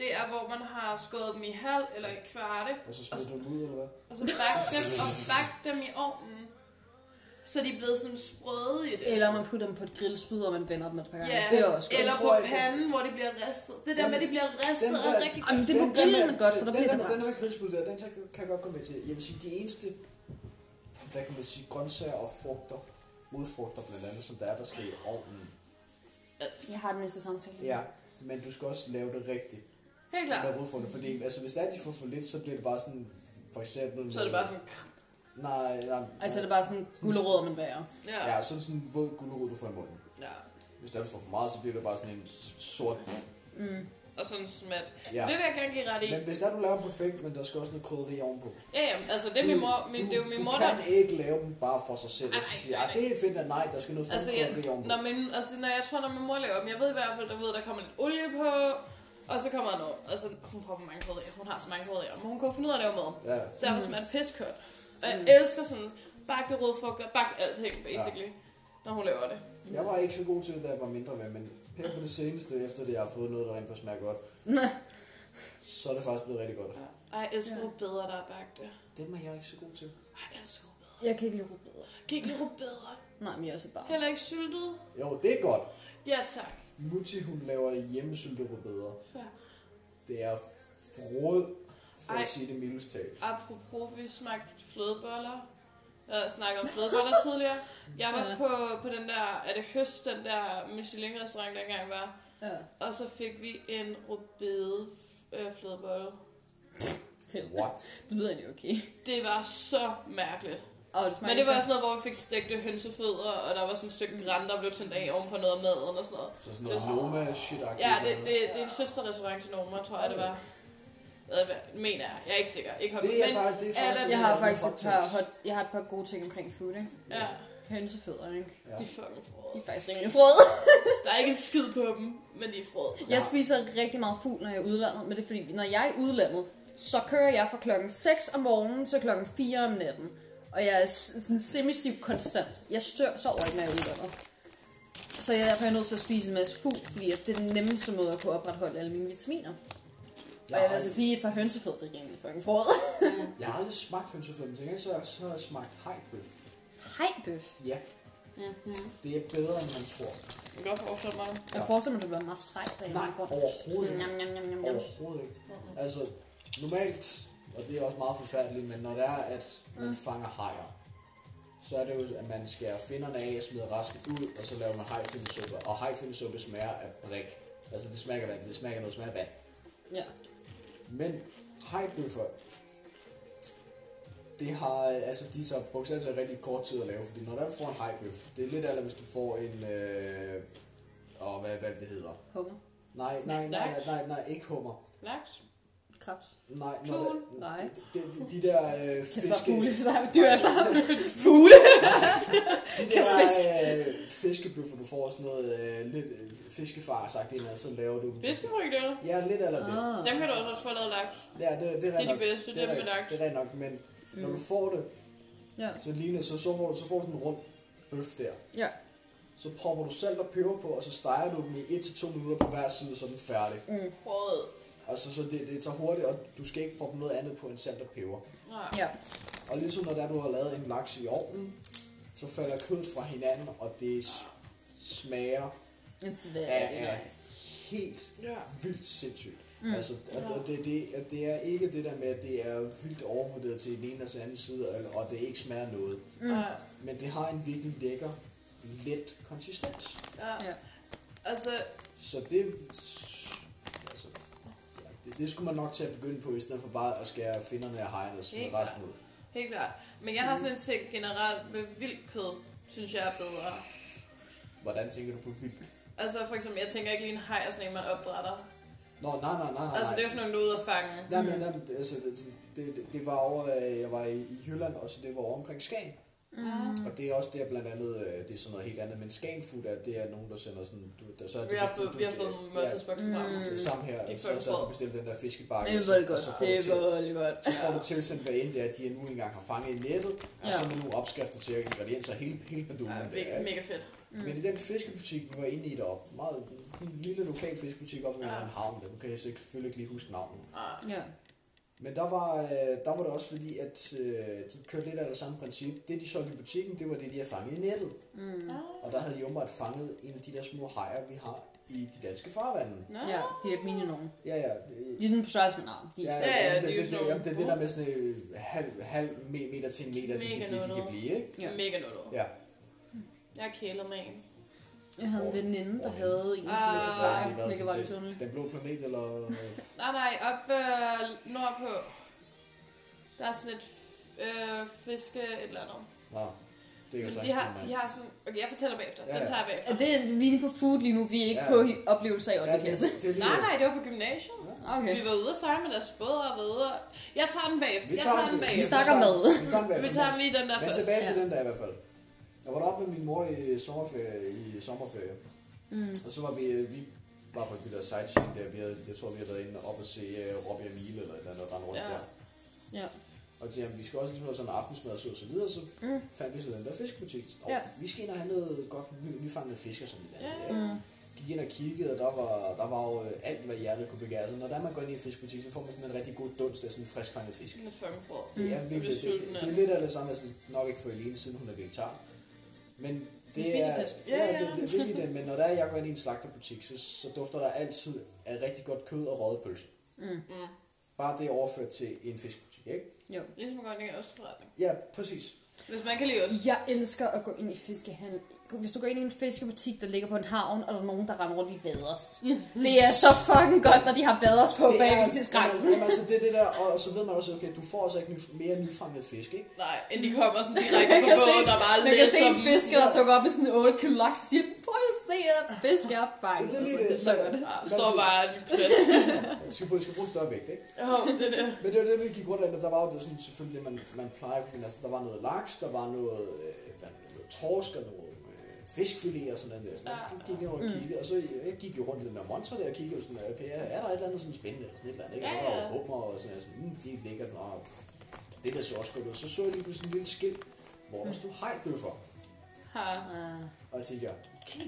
det er, hvor man har skåret dem i halv eller i kvarte, Og så smider du dem ud, eller hvad? og så bagt dem, og bagt dem i ovnen. Så de er blevet sådan sprøde i det. Eller man putter dem på et grillspyd, og man vender dem et par gange. Ja, Det er også godt. eller Jeg på tror, at- panden, hvor de bliver ristet. Det der Den- med, at de bliver ristet, den er der- rigtig Jamen, godt. det er på Den- grillen den- godt, for der den, bliver den, det den, den varmt. her grillspyd der, den kan jeg godt gå med til. Jeg vil sige, de eneste, hvad kan man sige, grøntsager og frugter, modfrugter blandt andet, som der er, der skal i ovnen. Jeg har den næste samtale. Ja, men du skal også lave det rigtigt. Helt klart. Med rodfrugter, fordi altså, hvis der er, de får for lidt, så bliver det bare sådan, for eksempel... Så er det bare sådan... Nej, nej. Altså det er bare sådan gulerødder, man bager. Ja. Ja, så er det sådan en våd gulerod, du får i munden. ja. Hvis der er for for meget, så bliver det bare sådan en sort... Mm. Og sådan smat. Ja. Det vil jeg gerne give ret i. Men hvis der du laver perfekt, men der skal også noget krydderi ovenpå. Ja, ja, altså det er min mor, min, det er jo min du mor, der... kan ikke lave dem bare for sig selv, og så Nej, sige, nej, ah, det er fedt, at nej, der skal noget Altså, krydderi jeg, ovenpå. når, min, altså, når jeg tror, når min mor laver dem, jeg ved i hvert fald, der ved, der kommer lidt olie på, og så kommer der noget, altså hun prøver mange krydderier, hun har så mange krydderier, men hun kan jo finde ud af at lave mad. Ja. Derfor smager det piskørt. Og jeg Mm. elsker sådan bagte rødfrugter, bagt alting, basically, ja. Når hun laver det. Jeg var ikke så god til det, da jeg var mindre med, men her på det seneste, efter det, jeg har fået noget, der rent for smager godt, så er det faktisk blevet rigtig godt. Ja. Ej, jeg elsker Ja. rødbeder, der er bagte. Dem er jeg ikke så god til. Ej, jeg elsker rødbeder. Jeg kan ikke lide rugbrød. Kan I ikke lide rødbeder? Nej, men jeg er også bare. Heller ikke syltet? Jo, det er godt. Ja, tak. Mutti, hun laver hjemmesylterødbeder. Ja. Det er frod, for Ej. at sige det mildest talt. Apropos, vi smagte flødeboller. Jeg snakkede om flødeboller tidligere. Jeg var Ja. på, på den der, er det høst, den der Michelin-restaurant, der engang var. Ja. Og så fik vi en rødbede øh, flødebolle. Fedt. What? Det lyder egentlig okay. Det var så mærkeligt. Og det Men det var også noget, hvor vi fik stegte hønsefødder, og der var sådan et stykke græn, der blev tændt af oven på noget af maden og sådan noget. Så sådan noget Noma shit. Ja, det, det, det er en søsterrestaurant til Noma, tror jeg det var. Jeg mener jeg. Jeg er ikke sikker. Ikke har, Det er men, faktisk, det er alle- faktisk Jeg har det er faktisk hot et par, takes. hot, jeg har et par gode ting omkring food, ikke? ja, Hønsefødder, ikke? Ja. de er fucking frøde. De er faktisk rimelig frøde. Der er ikke en skid på dem, men de er frøde. Jeg spiser rigtig meget fugl, når jeg er i udlandet, men det er fordi, når jeg er i udlandet, så kører jeg fra klokken seks om morgenen til klokken fire om natten. Og jeg er s- sådan semi-stiv konstant. Jeg stør sover ikke, når jeg er i udlandet. Så jeg er derfor nødt til at spise en masse fugl, fordi at det er den nemmeste måde at kunne opretholde alle mine vitaminer. Og jeg vil altså sige, at et par hønsefødder, det er rimelig fucking frøde. Jeg har aldrig smagt hønsefødder, men til gengæld så, så har jeg smagt hejbøf. Hejbøf. Ja, Mm-hmm. det er bedre, end man tror. Jeg kan godt forestille mig det. Jeg forestiller mig, at det bliver meget sejt derhjemme. Nej, overhovedet ikke. Njam, njam, njam, njam, njam. Overhovedet ikke. Altså, normalt, og det er også meget forfærdeligt, men når det er, at man Mm. fanger hajer, så er det jo, at man skærer finnerne af og smider resten ud, og så laver man hajfindesuppe. Og hajfindesuppe smager af brik. Altså, det smager vand. Det smager noget smager af vand. Ja. Men hajbøffer, det har, altså de tager bogstaveligt talt rigtig kort tid at lave, fordi når du får en hajbøf, det er lidt eller hvis du får en, øh, og hvad, hvad det hedder. Hummer. Nej, nej, nej, Laks? nej, nej, ikke hummer. Laks? Krabs. Nej, når Tun? det- Nej. De, de, de der øh, Kan det være fiske... fugle? Så har vi dyr efter. Fugle! De Kastfisk. der øh, fiskebøffer, du får sådan noget øh, lidt øh, fiskefar sagt ind, og så laver du dem. Fiskefrikadeller? Ja, lidt eller det. Ah. Dem kan du også få lavet laks. Ja, det, det, er, Det er rent de nok. bedste, Det er, dem med rent- laks. det er rent nok, men når Mm. du får det, Ja. så ligner, så, så, får, så får du sådan en rund bøf der. Ja. Så propper du salt og peber på, og så steger du dem i et til to minutter på hver side, så er den færdig. Mm. Frøde. Altså, så det, det tager hurtigt, og du skal ikke proppe noget andet på end salt og peber. Nej. Ja. Og ligesom når der, du har lavet en laks i ovnen, så falder kødet fra hinanden, og det s- smager It's af, very af nice. helt Ja. vildt sindssygt. Mm. Mm. Altså, at, Ja. at det, det, at det er ikke det der med, at det er vildt overvurderet til den ene og den anden side, og- og det ikke smager noget. Mm. Nej. Men det har en virkelig lækker, let konsistens. Ja. Ja. Altså, Så det, altså, ja, det, det skulle man nok til at begynde på, i stedet for bare at skære finderne af hegnet og smide Helt resten ud. helt klart. Men jeg har sådan en ting generelt med vildt kød, synes jeg er bedre. Hvordan tænker du på vildt? Altså for eksempel, jeg tænker ikke lige en haj er sådan en, man opdrætter. Nå, nej, nej, nej, nej. Altså det er jo sådan nogle, der er ude at fange. Nej, men, nej, men, altså, det, det, det var over, øh, jeg var i, i Jylland, og så det var over omkring Skagen. Mm. Og det er også der blandt andet, øh, det er sådan noget helt andet, men Scanfood er, det er nogen, der sender sådan, du, der, så er Vi har det, fået, vi har fået nogle måltidsbokse Mm. frem. så sammen her, De så, følger så har på. du bestilt den der fiskebakke. Det er og så- vel og godt. så får Det du til- er vel godt. Så får du tilsendt, hvad end det er, de nu engang har fanget i nettet, og Ja. så med nogle opskrifter til ingredienser, hele, hele baduen. Ja, der, mega, ikke? mega fedt. Mm. Men i den fiskebutik, vi var inde i deroppe, meget en lille lokal fiskebutik op ved Ja. ja. en havn, den kan jeg selvfølgelig ikke lige huske navnet. Ah, Ja. Men der var, øh, der var det også fordi, at øh, de kørte lidt af det samme princip. Det, de solgte i butikken, det var det, de havde fanget i nettet. Mm. Og der havde de åbenbart fanget en af de der små hajer, vi har i de danske farvande. Nå. Ja, de er et mini nogen. Ja, ja. Det, De er sådan på størrelse med navn. De er ja, ja, ja, jamen, de det, er jo det, sådan det, jamen, det er det nogle- der med sådan øh, halv, halv me- meter til en meter, de, de, Mega de, de, de kan nuttet. blive, ikke? Ja. Mega nuttet. Ja. Jeg har kælet med en. Jeg havde en veninde, der Åh. havde en, som Ah. jeg så Ja, plejer, det er hvilket var det. lidt underligt. Den blå planet, eller... Nej, nej, op øh, nordpå. Der er sådan et øh, fiske et eller andet. Nå, det er jo Men så de ikke har, noget, de har sådan... Okay, jeg fortæller bagefter. Ja, Den ja. tager jeg bagefter. Er det, vi er inde på food lige nu, vi er ikke Ja. på hi- oplevelser i Ja, ottende det, klasse. det er lige Nej, nej, det var på gymnasiet. Okay. Vi var ude at sejle med deres båd og var ude og... Jeg tager den bagefter. Vi Jeg tager tager den- den vi Vi bagefter. snakker mad. Vi tager den Vi bagefter. tager den lige den der Men først. tilbage til Ja. den der i hvert fald. Jeg var deroppe med min mor i sommerferie, i sommerferie. Mm. Og så var vi, vi var på det der sightseeing der. Vi havde, jeg tror, vi havde været inde op og se uh, Robbie og Mile eller et eller andet, og rende rundt Ja. der. Ja. Og så jamen, vi skal også ligesom have sådan en aftensmad og så, og så videre, så Mm. fandt vi så den der fiskebutik. Og Ja. vi skal ind og have noget godt ny, nyfanget fisk og sådan noget. Ja. Ja. Mm. Gik ind og kiggede, og der var, der var jo øh, alt, hvad hjertet kunne begære. Så når der man går ind i en fiskbutik, så får man sådan en rigtig god dunst af sådan en friskfanget fisk. Den er fucking frød. Det er Mm. virkelig, Jeg bliver det, sulten det, af det, er lidt af det samme, altså nok ikke for Helene, siden hun er vegetar. Men det spiser er, fisk. ja, Ja, ja. ja. Det, det, det er lige den, men når der er, jeg går ind i en slagterbutik, så, så dufter der altid af rigtig godt kød og røget pølse. Mm. Mm. Bare det er overført til en fiskbutik, ikke? Jo. Ligesom at gå ind i en osteforretning. Ja, præcis. Hvis man kan lide ost. Jeg elsker at gå ind i fiskehandel. Hvis du går ind i en fiskebutik, der ligger på en havn, og der er nogen, der render rundt i vaders. Det er så fucking godt, når de har vaders på bag til skranken. Jamen, altså, det er det der, og så ved man også, okay, du får altså ikke ny, mere nyfanget fisk, ikke? Nej, end de kommer sådan direkte Man på kan se, båden, der bare man kan se læser en dem. fisker, der dukker op med sådan en otte kilo laks og siger, prøv at se, der fisk er fanget. Det er lige Altså, det er så det. godt. Ja, står bare en pløs. Jeg skal, bruge- skal bruge en større vægt, ikke? Jo, det er det. Men det var det, vi gik rundt af, der var jo det sådan, selvfølgelig det, man, man plejer at kunne finde. Altså, der var noget laks, der var noget, øh, hvad, noget torsk og noget øh, fiskfilet og sådan noget der. Sådan, Ja. jeg gik ind og kiggede, og så jeg gik jo rundt i den der monster der og kiggede og sådan, okay, er der et eller andet sådan spændende eller sådan et eller andet, ikke? Ja, Og der ja. var hummer og sådan, sådan mm, det er lækkert, og det der så også godt ud. Så så jeg lige pludselig en lille skilt, hvor der stod hejbøffer. Ha. Ah. Og jeg tænkte, okay,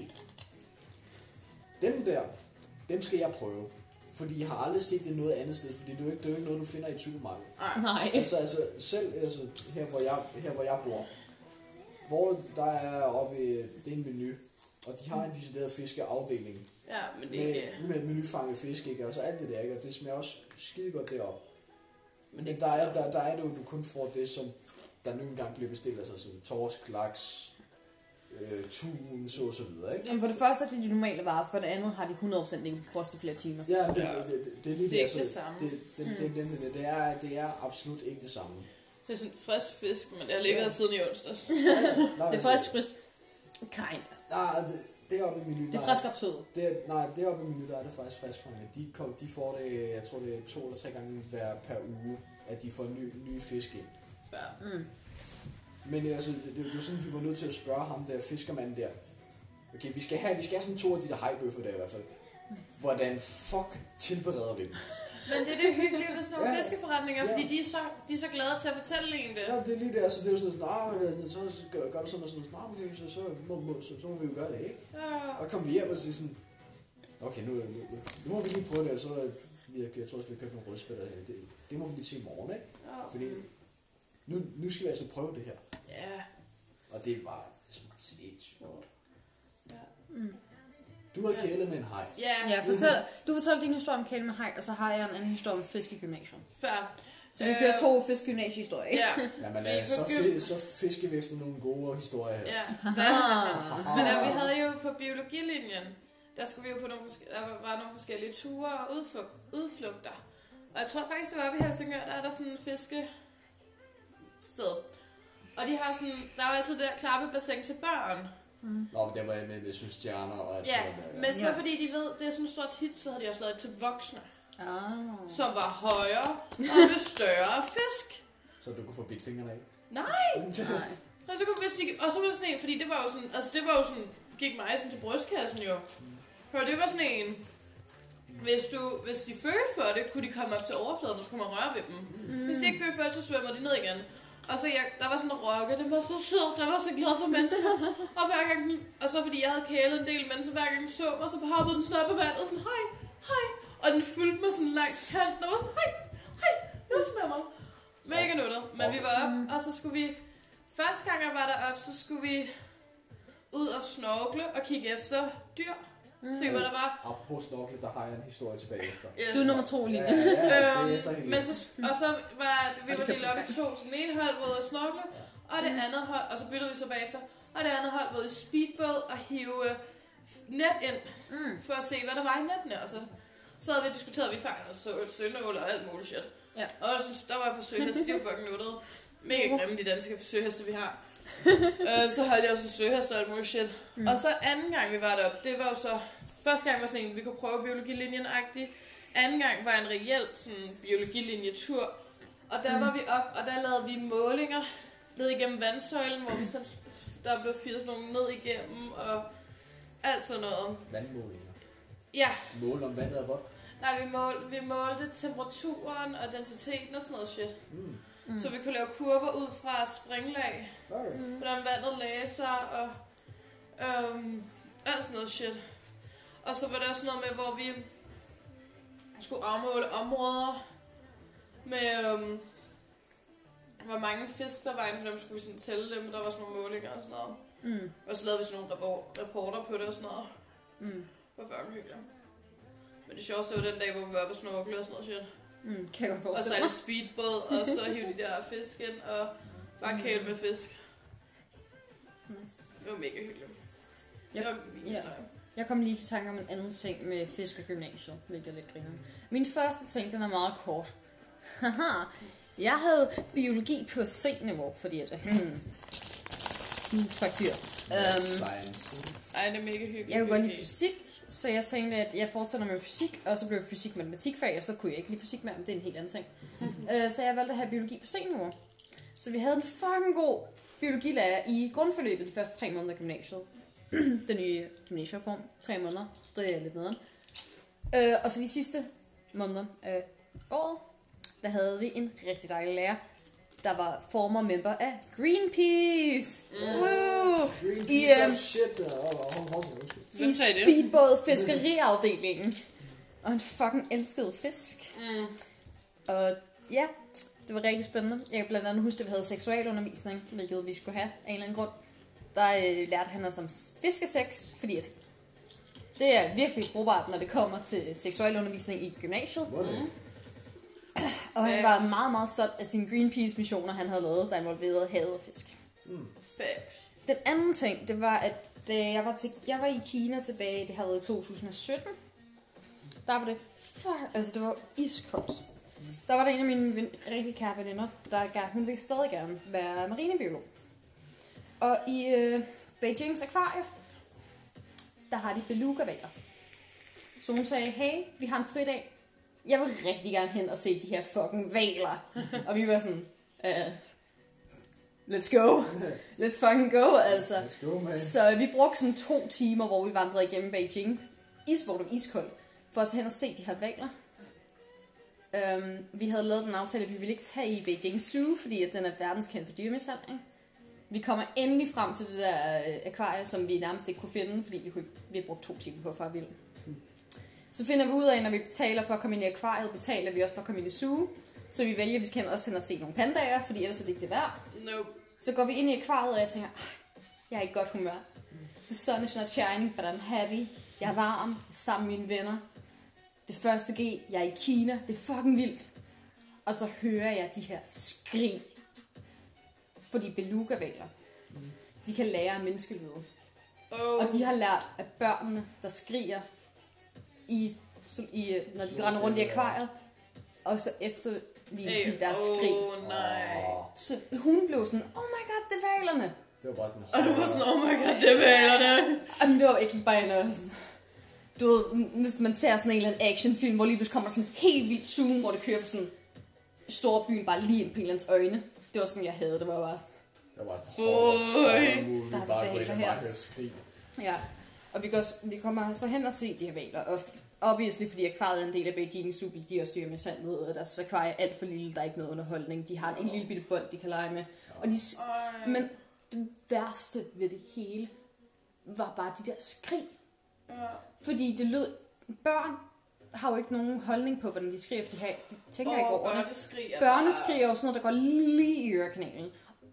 dem der, dem skal jeg prøve. Fordi jeg har aldrig set det noget andet sted, fordi det er jo ikke, det er jo ikke noget, du finder i et supermarked. Nej. Nej. Altså, altså selv altså, her, hvor jeg, her hvor jeg bor, hvor der er oppe i, det er en menu, og de har en decideret fiskeafdeling Ja, men det er ikke... med, med menufanget fisk, ikke? Og så alt det der, ikke? Og det smager også skide godt deroppe. Men Men, det Men er der, ikke er, der, der er det jo, du kun får det, som der nu engang bliver bestilt, altså sådan torsk, laks, øh, tun, så og så videre, ikke? Jamen for det første er det de normale varer, for det andet har de hundrede procent ikke frost i flere timer. Ja, det, Ja. det, det, det, det er lige Det er ikke altså, det samme. Det, det, det, det, det, det, det, er, det er absolut ikke det samme. Så det er sådan frisk fisk, men det har ligget Ja. her siden i onsdags. Nej, Det er frisk, frisk. Kind. Nej, det, det er oppe i menu. Det er der- frisk optøet. Det er, nej, det er oppe i menu, der er det faktisk frisk fanget. De, kom, de får det, jeg tror det er to eller tre gange hver per uge, at de får ny, nye fisk ind. Ja. Mm. Men altså, det, det, det er sådan, vi var nødt til at spørge ham der, fiskermanden der. Okay, vi skal have, vi skal have sådan to af de der hejbøffer der i hvert fald. Hvordan fuck tilbereder vi dem? Men det er det hyggelige ved sådan nogle Ja. fiskeforretninger, Ja. fordi de er, så, de er så glade til at fortælle en det. Ja, det er lige det, altså det er jo sådan, sådan nah, så gør, gør du sådan og sådan, nah, okay, så, så, må, må, så, så må vi jo gøre det, ikke? Ja. Og kom vi hjem og sige sådan, okay, nu, nu, nu må vi lige prøve det, og så, jeg, jeg tror også, vi har købt nogle rødspætter her. Det, det må vi lige se i morgen, ikke? Ja. Fordi nu, nu skal vi altså prøve det her. Ja. Og det var sindssygt godt. Ja. Mm. Du har kælet med en hej. Ja. Ja, fortæl, du fortæller din historie om kæle med hej, og så har jeg en anden historie om fiskegymnasium. Før. Så vi Øh, kører to fiskegymnasiehistorier, ikke? Ja. Jamen, Vi øh, så, begyndte- fi, så fisker vi efter nogle gode historier her. Ja. Ah. Men ja, vi havde jo på biologilinjen, der skulle vi jo på nogle, forske- der var nogle forskellige ture og udflug- udflugter. Og jeg tror faktisk, det var oppe i Helsingør, der er der sådan en fiskested. Og de har sådan, der er jo altid det der klappebassin til børn. Mm. Nå, men der var jeg med, med synes stjerner og alt Ja, sådan noget der. men så Ja. fordi de ved, det er sådan et stort hit, så havde de også lavet det til voksne. Ah. Som var højere og med større fisk. Så du kunne få bidt fingrene af. Nej. Nej. Og så, kunne, hvis de, og så var det sådan en, fordi det var jo sådan, altså det var jo sådan, gik mig sådan til brystkassen jo. For det var sådan en, hvis, du, hvis de følte for det, kunne de komme op til overfladen, og så kunne man røre ved dem. Mm. Hvis de ikke følte for det, så svømmer de ned igen. Og så jeg, der var sådan en rokke, den var så sød, den var så glad for mennesker. Og hver gang den, og så fordi jeg havde kælet en del mennesker, hver gang den så mig, så hoppede den sådan op af vandet, sådan hej, hej. Og den fyldte mig sådan langs kanten, og var sådan hej, hej, nus med mig. Mega nuttet. Men vi var op, og så skulle vi, første gang jeg var deroppe, så skulle vi ud og snorkle og kigge efter dyr. Mm. Se, hvad der var. Apropos snorkle, der har jeg en historie tilbage efter. Yes. Du er nummer to, Line. Ja, ja, ja, øhm, det er så helt men så, og så var vi var delt op i to. Så den ene hold var ude at snorkle, og det andet hold, og så byttede vi så bagefter, og det andet hold var ude i speedbåd og hive net ind, mm. for at se, hvad der var i nettene. Og så sad vi og diskuterede, vi fangede så sølvnål og alt muligt shit. Ja. Og jeg synes, der var på søgeheste, de var fucking nuttede. Mega grimme, de danske søgeheste, vi har. øh, så holdt jeg også en søgeheste og alt muligt shit. Mm. Og så anden gang, vi var deroppe, det var jo så... Første gang var sådan en, vi kunne prøve biologilinjen-agtig. Anden gang var en reel sådan, biologilinjetur. Og der mm. var vi op, og der lavede vi målinger ned igennem vandsøjlen, hvor vi sådan, der blev firet sådan nogle ned igennem, og alt sådan noget. Vandmålinger? Ja. Mål om vandet er vådt? Nej, vi, mål, vi målte temperaturen og densiteten og sådan noget shit. Mm. Mm. Så vi kunne lave kurver ud fra springlag. Okay. Mm. Hvordan vandet lagde sig, og øhm, alt sådan noget shit. Og så var der også noget med, hvor vi skulle afmåle områder med, øhm, hvor mange fisk der var inden for dem, skulle vi sådan tælle dem, der var sådan nogle målinger og sådan noget. Mm. Og så lavede vi sådan nogle rapporter på det og sådan noget. Mm. Det var fucking hyggeligt. Men det sjoveste var den dag, hvor vi var på snorkel og sådan noget shit. Mm, kan jeg godt og så er det speedbåd, og så hive de der fisk ind, og bare kæle med fisk. Nice. Det var mega hyggeligt. Jeg, var ja. jeg kom lige i tanke om en anden ting med fisk og gymnasiet, hvilket er lidt griner. Min første ting, den er meget kort. Haha, jeg havde biologi på C-niveau, fordi at... Hmm, fuck dyr. Um, Ej, det er mega hyggeligt. Jeg kunne godt lide fysik, så jeg tænkte, at jeg fortsætter med fysik, og så blev det fysik matematikfag, og så kunne jeg ikke lide fysik mere, men det er en helt anden ting. uh, så jeg valgte at have biologi på C-niveau. Så vi havde en fucking god biologilærer i grundforløbet de første tre måneder af gymnasiet. Den nye gymnasiereform. Tre måneder. Det er lidt nederen. Uh, og så de sidste måneder af året, der havde vi en rigtig dejlig lærer, der var former member af Greenpeace. Mm. Woo! Greenpeace I, um, shit. I speedbåd fiskeriafdelingen. Og han fucking elskede fisk. Mm. Og ja, det var rigtig spændende. Jeg kan blandt andet huske, at vi havde seksualundervisning, hvilket vi skulle have af en eller anden grund. Der øh, lærte han os om fiskesex, fordi at det er virkelig brugbart, når det kommer til seksualundervisning i gymnasiet. Mm. Og han var meget, meget stolt af sine Greenpeace-missioner, han havde lavet, der involverede havet og fisk. Mm. Den anden ting, det var, at da jeg var, til, jeg var i Kina tilbage, det havde været i to tusind og sytten. Der var det, fuck, altså det var iskoldt. Der var der en af mine ven, rigtig kære veninder, der gav, hun ville stadig gerne være marinebiolog. Og i øh, Beijings akvarie, der har de beluga-hvaler. Så hun sagde, hey, vi har en fridag. Jeg vil rigtig gerne hen og se de her fucking hvaler. Og vi var sådan, uh, let's go. Let's fucking go, altså. Let's go, man. Så vi brugte sådan to timer, hvor vi vandrede igennem Beijing. Is, hvor det var iskoldt. For at tage hen og se de her hvaler. Um, vi havde lavet en aftale, at vi ville ikke tage i Beijing Zoo, fordi at den er verdenskendt for dyremishandling. Vi kommer endelig frem til det der øh, akvarie, som vi nærmest ikke kunne finde, fordi vi, kunne, vi havde brugt to timer på at fare vildt. Så finder vi ud af, når vi betaler for at komme ind i akvariet, betaler vi også for at komme ind i zoo. Så vi vælger, at vi skal også hen og se nogle pandaer, fordi ellers er det ikke det værd. Nope. Så går vi ind i akvariet, og jeg tænker, jeg er i godt humør. The sun is not shining, but I'm happy. Jeg er varm, jeg er sammen med mine venner. Det første G, jeg er i Kina, det er fucking vildt. Og så hører jeg de her skrig. Fordi beluga-hvaler, de kan lære menneskelyde. Oh. Og de har lært, at børnene, der skriger, i, i, når de render rundt i akvariet, og så efterligner de deres skrig. Oh, nej. Så hun blev sådan, oh my god, det er hvalerne. Det var bare sådan, og du var sådan, oh my god, det er hvalerne. Jamen, det var ikke bare noget sådan. Du ved, hvis man ser sådan en eller anden actionfilm, hvor lige pludselig kommer sådan helt vildt zoom, hvor det kører for sådan store byen bare lige ind på en eller andens øjne. Det var sådan, jeg havde det. Var bare sådan, Der var sådan horror, horror movie, Der er bare gå ind hvaler og her. bare høre skrig. Ja, og vi, går, vi kommer så hen og se de her hvaler, og obviously, fordi akvariet er en del af Beijing Zoo, de også dyr med sandhed, og deres akvarie er alt for lille, der er ikke noget underholdning. De har en, en lille bitte bold, de kan lege med. Og de, Ej. men det værste ved det hele var bare de der skrig. Ja. Fordi det lød... Børn har jo ikke nogen holdning på, hvordan de skriger, efter de, har, de tænker Åh, ikke over det. børneskrig er Børneskrig er jo sådan noget, der går lige i ørekanalen.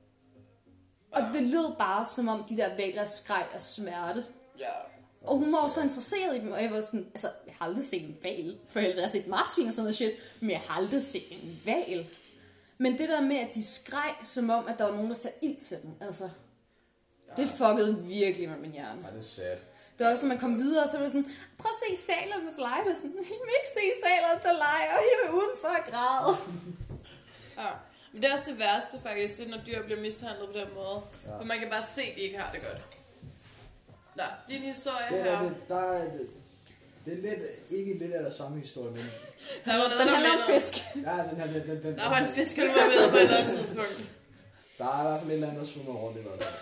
Og Ja. det lød bare, som om de der hvaler skreg af smerte. Ja. Og hun var jo så interesseret i dem, og jeg var sådan, altså, jeg har aldrig set en hval, for helvede, jeg har set marsvin og sådan noget shit, men jeg har aldrig set en hval. Men det der med, at de skreg, som om, at der var nogen, der sagde ild til dem, altså, det fuckede virkelig med min hjerne. Ja, det er sad. Det var også, når man kom videre, så var det sådan, prøv at se salernes lege, det sådan, I vil ikke se salerne, der leger, og I vil udenfor og græde. Ja. Men det er også det værste faktisk, det er, når dyr bliver mishandlet på den måde. Ja. For man kan bare se, at de ikke har det godt. Nå, din historie Det her. er, det, der er, det, det er lidt, ikke lidt af den samme historie, men Der var noget, Den der handler om mindede- fisk. ja, den her, den, den, den, Der var en fisk, der var ved på et eller andet tidspunkt. der er i hvert fald et eller andet, der svømmer rundt i hvert fald.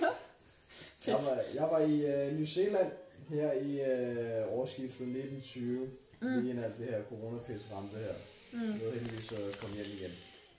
Jeg var, jeg var i uh, New Zealand her i uh, årsskiftet nitten tyve, mm. lige inden alt det her coronapis ramte her. Mm. Jeg var heldigvis så kom hjem igen.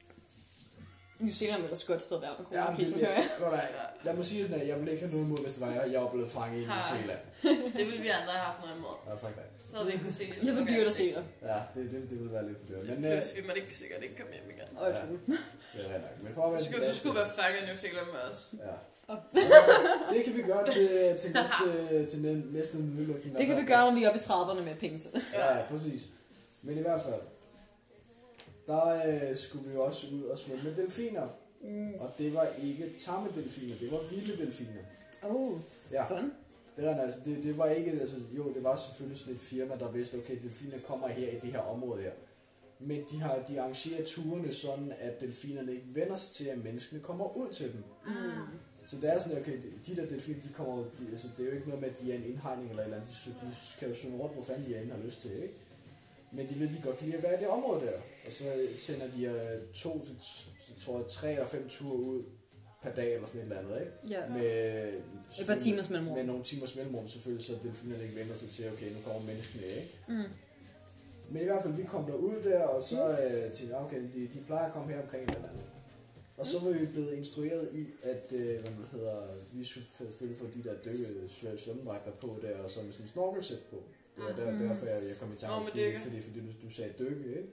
New Zealand vil da godt stå der, Ja, og men kisse det, med høje. jeg, lad mig sige sådan, at jeg ville ikke have noget imod, hvis det var jeg, jeg var blevet fanget i New Nej. Zealand. Det ville vi andre have haft noget imod. Ja, fuck dig. Så havde vi ikke kunne se det. Det var dyrt at se dig. Ja, det, det, det ville være lidt for dyrt. Men uh, Plus, vi måtte ikke sikkert ikke komme hjem igen. Og Ja. det er rigtig nok. Men for at være Du skulle, du skulle være fanget i New Zealand med os. Ja. Det kan vi gøre til, til næste, til næ- næste nedlukning. Det kan vi gøre, når vi er oppe i trediverne med penge til det. Ja, ja, præcis. Men i hvert fald, der øh, skulle vi jo også ud og svømme med delfiner. Mm. Og det var ikke tamme delfiner, det var vilde delfiner. Oh, Ja, fun. det, var, altså, det, det var ikke, altså, jo, det var selvfølgelig sådan et firma, der vidste, okay, delfiner kommer her i det her område her. Men de har de arrangerer turene sådan, at delfinerne ikke vender sig til, at menneskene kommer ud til dem. Mm. Så det er sådan, okay, de der delfiner, de kommer, de, altså, det er jo ikke noget med, at de er en indhegning eller et eller andet. De, de kan jo svømme rundt, hvor fanden de er inde har lyst til, ikke? Men de ved, de godt kan lide at være i det område der. Og så sender de uh, to til, tror jeg, tre eller fem ture ud per dag eller sådan et eller andet, ikke? Ja. Med, Et par timers mellemrum. Med nogle timers mellemrum selvfølgelig, så delfinerne ikke vender sig til, okay, nu kommer menneskene, ikke? Mm. Men i hvert fald, vi kom derud der, og så øh, tænkte jeg, okay, de, de plejer at komme her omkring et eller andet. Og så var vi blevet instrueret i, at øh, hvad man hedder, vi skulle selvfølgelig få de der dykke svømmedragter på der, og så med sådan en snorkelsæt på. Det var der, Mhm. derfor, jeg, jeg kom i tanke Nå, om, med fordi, dykke. fordi, fordi du, du sagde dykke, ikke?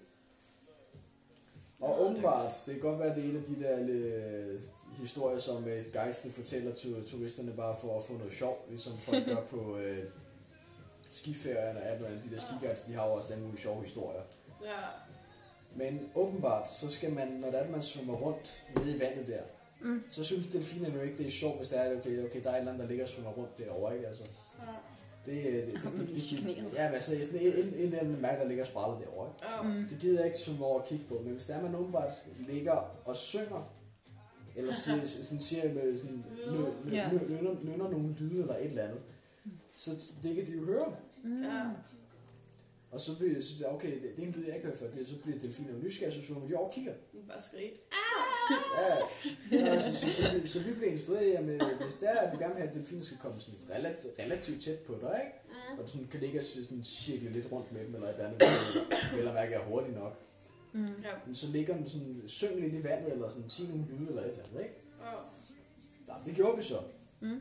Og åbenbart, det kan godt være, at det er en af de der øh, historier, som øh, guidesene fortæller til turisterne bare for at få noget sjov, ligesom folk gør på øh, skiferierne og alt noget andet. De der skiguides, de har jo også den mulige sjove historier. Ja. Men åbenbart, så skal man, når det er, at man svømmer rundt nede i vandet der, Mm. så synes delfinerne jo ikke, det er sjovt, hvis det er, okay, okay, der er et eller andet, der ligger og svømmer rundt derovre, ikke? Altså, Ja. det, det, det, Kommer det, de det, chikaneret? det, ja, men altså, sådan en, en, en eller anden mærke, der ligger og spræller derovre, ikke? Ja. Mm. Det gider jeg ikke svømme over og kigge på, men hvis der er, man åbenbart ligger og synger, eller siger, sådan, siger med sådan, nø- nø- Ja. nø- nynner, nynner nogle lyde eller et eller andet, så det kan de jo høre. Ja. Og så bliver det, så, okay, det, det er en lyd, jeg ikke har hørt før, det, så bliver delfiner nysgerrige, så svømmer de over og kigger. Bare skrig. Ja, ja så, så, så, så, vi, så vi blev instrueret i, at med, hvis det er, at vi gerne vil have, at delfiner skal komme sådan relativt, relativt tæt på dig, ikke? Mm. Og du sådan kan ligge og sådan cirkle lidt rundt med dem, eller et eller andet, eller mærke er hurtigt nok. Mm. Ja. Men så ligger den sådan, syng lidt i vandet, eller sådan, sig nogle lyde, eller et eller andet, ikke? Ja. Ja, det gjorde vi så. Mm.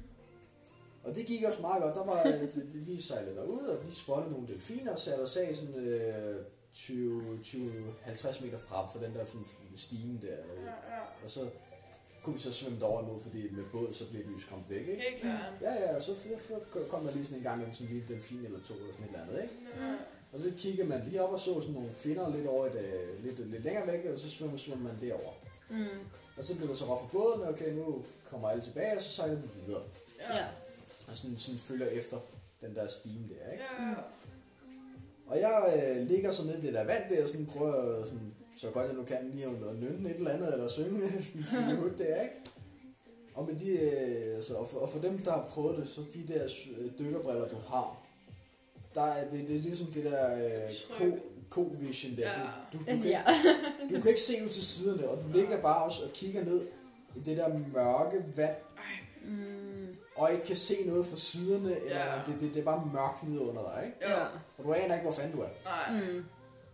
Og det gik også meget godt. Der var, de, de, de sejlede derud, og de spottede nogle delfiner, og satte os af sådan øh, tyve til halvtreds meter frem for den der sådan, stigen der. Ja, ja. Og så kunne vi så svømme derover imod, fordi med båd, så blev de jo skræmt væk, ikke? Helt klart. Ja, ja, og så, så kom der lige sådan en gang med sådan en lille delfin eller to, eller sådan et eller andet, ikke? Ja. Og så kiggede man lige op og så sådan nogle finner lidt over et, øh, lidt, lidt længere væk, og så svømmer, svømmer man derover. Mm. Og så blev der så råbt for båden, og okay, nu kommer alle tilbage, og så sejler vi videre. Ja. Og sådan, sådan følger efter den der stime der, ikke? Ja. Og jeg øh, ligger så nede i det der vand der, og sådan prøver at, sådan, så godt jeg nu kan lige at at nynne et eller andet, eller synge sådan fire hud der, ikke? Og, med de, øh, altså, og, for, og for dem, der har prøvet det, så de der øh, dykkerbriller, du har, der er, det, det er ligesom det der øh, ko, ko-vision der. Ja. Du, du, du, kan, Ja. du kan ikke se ud til siderne, og du ligger bare også og kigger ned i det der mørke vand, Mm. og ikke kan se noget fra siderne, eller Ja. det, det, det er bare mørkt nede under dig, ikke? Ja. Ja. Og du aner ikke, hvor fanden du er. Nej. Mm.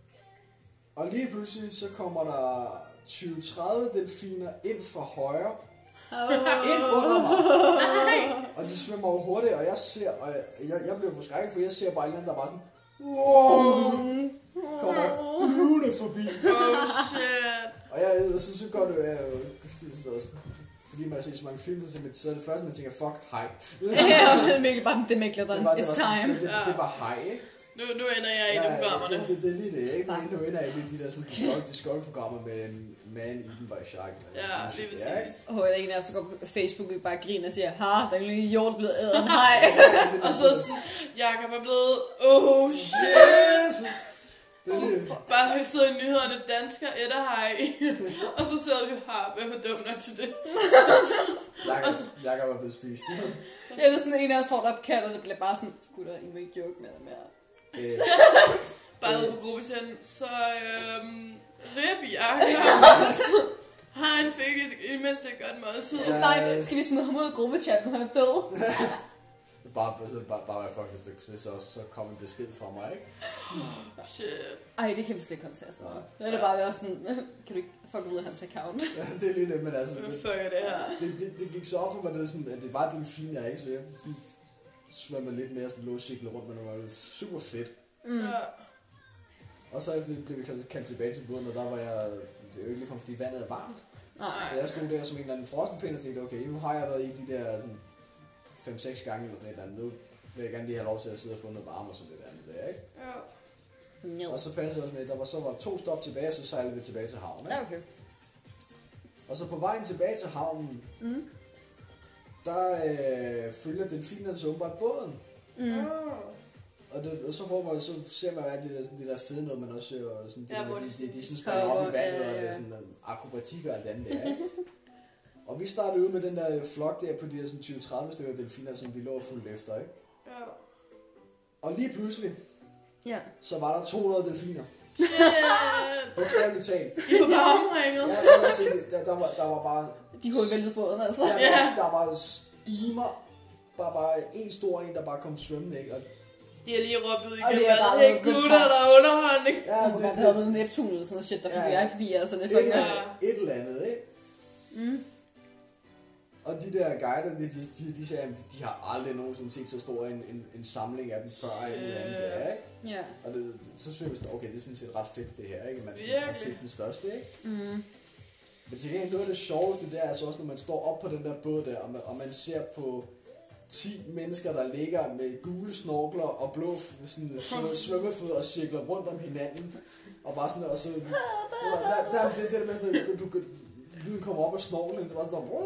Og lige pludselig, så kommer der tyve til tredive delfiner ind fra højre, ind under mig. Og de svømmer over hurtigt, og jeg ser, og jeg, jeg, jeg bliver forskrækket, for jeg ser bare en eller anden, der bare sådan, wow, kommer flyvende forbi. Oh shit. Og jeg, og så, så går det jo, fordi man har set så mange film, så er det første, man tænker, fuck, hej. Ja, det er virkelig bare, det er Mikkelden. Det var, det It's var, time. Det, det, det, det var hej, ikke? Nu, nu ender jeg i ja, de programmerne. Det, det, det er lige det, ikke? Nu ender jeg i de der sådan Discovery, Discovery-programmer med Man Eaten by Shark. Ja, lige præcis. Åh, oh, der er en af os, der går på Facebook og bare griner og siger, ha, der er en lille idiot blevet æder en hej. Og så sådan, Jakob er blevet, oh shit. Bare har siddet i nyhederne, dansker etter hej. Og så sidder vi her, hvad for dum nok til det. Jakob, Jakob er blevet spist. Det er sådan en af os, får der opkald, og det bliver bare sådan, gutter, I må ikke joke med det mere. Øh, Bare ude på gruppesenden. Så øhm, Rip Jakob. Han fik et imens et godt måltid. Ja. Nej, skal vi smide ham ud af gruppechatten, han er død? bare, bare, bare være fucking stykke, hvis så, så kom en besked fra mig, ikke? Shit. Ej, det kan vi slet ikke håndtere sådan. Det er det bare være sådan, kan du ikke fuck ud af hans account? Ja, det er lige det, men altså, Hvad det, fuck er det her? det, det, det gik så op for mig, det, sådan, at det var delfin, jeg ikke, så jeg svømmede lidt mere, sådan lå og cyklede rundt, men det var jo super fedt. Mm. Ja. Og så efter det blev vi kaldt tilbage til båden, og der var jeg, det er jo ikke ligefrem, fordi vandet er varmt. Nej. Så jeg stod der som en eller anden frossenpind og tænkte, okay, nu har jeg været i de der fem seks gange eller sådan et eller andet. Nu vil jeg gerne lige have lov til at sidde og få noget varme og sådan lidt andet der, ikke? Ja. Og så passede jeg også med, der var så var to stop tilbage, og så sejlede vi tilbage til havnen, ikke? Ja, okay. Og så på vejen tilbage til havnen, Mm. der øh, følger delfinerne så åbenbart båden. Mm. Oh. Og, det, og så håber jeg, så ser man alt det der, det der fede noget, man også ser, og sådan, det Ja, der, hvor de, de de, de, sådan springer op i vandet, ja, ja, og det er ja. sådan um, akrobatik og alt andet der, ikke? Og vi startede ud med den der flok der på de her sådan tyve til tredive stykker delfiner, som vi lå og fulgte efter, ikke? Ja. Og lige pludselig, Ja. så var der to hundrede delfiner. Shit. Bogstaveligt talt. I var bare omringet. Ja, der, var, der, der, var, der var bare... De kunne væltet båden, altså. Der, Ja. var, der var steamer. Bare, bare en stor en, der bare kom svømmende, ikke? Og, De har lige råbt ud Og det igen, er hvad bare der er noget gutter, godt. der er underholdning. ja, Jeg det, kunne godt det, have været Neptun eller sådan noget shit, der fik Ja. jeg forbi, altså. Det et, fucking eller også. andet, et eller andet, ikke? Mm. Og de der guider, de, de, de, de sagde, at de har aldrig nogensinde set så stor en, en, en samling af dem før, en eller anden der, ikke? Ja. Og det, så synes jeg, okay, det er sådan set ret fedt det her, ikke? Man sådan, Virkelig. har set den største, ikke? Mm. Men til gengæld noget af det sjoveste, det er altså også, når man står op på den der båd der, og man, og man ser på ti mennesker, der ligger med gule snorkler og blå sådan, svø- svømmefødder og cirkler rundt om hinanden. Og bare sådan, og så... Det, der, der, det, det er det bedste, du, du, lyden kommer op af snorklen, det var sådan der...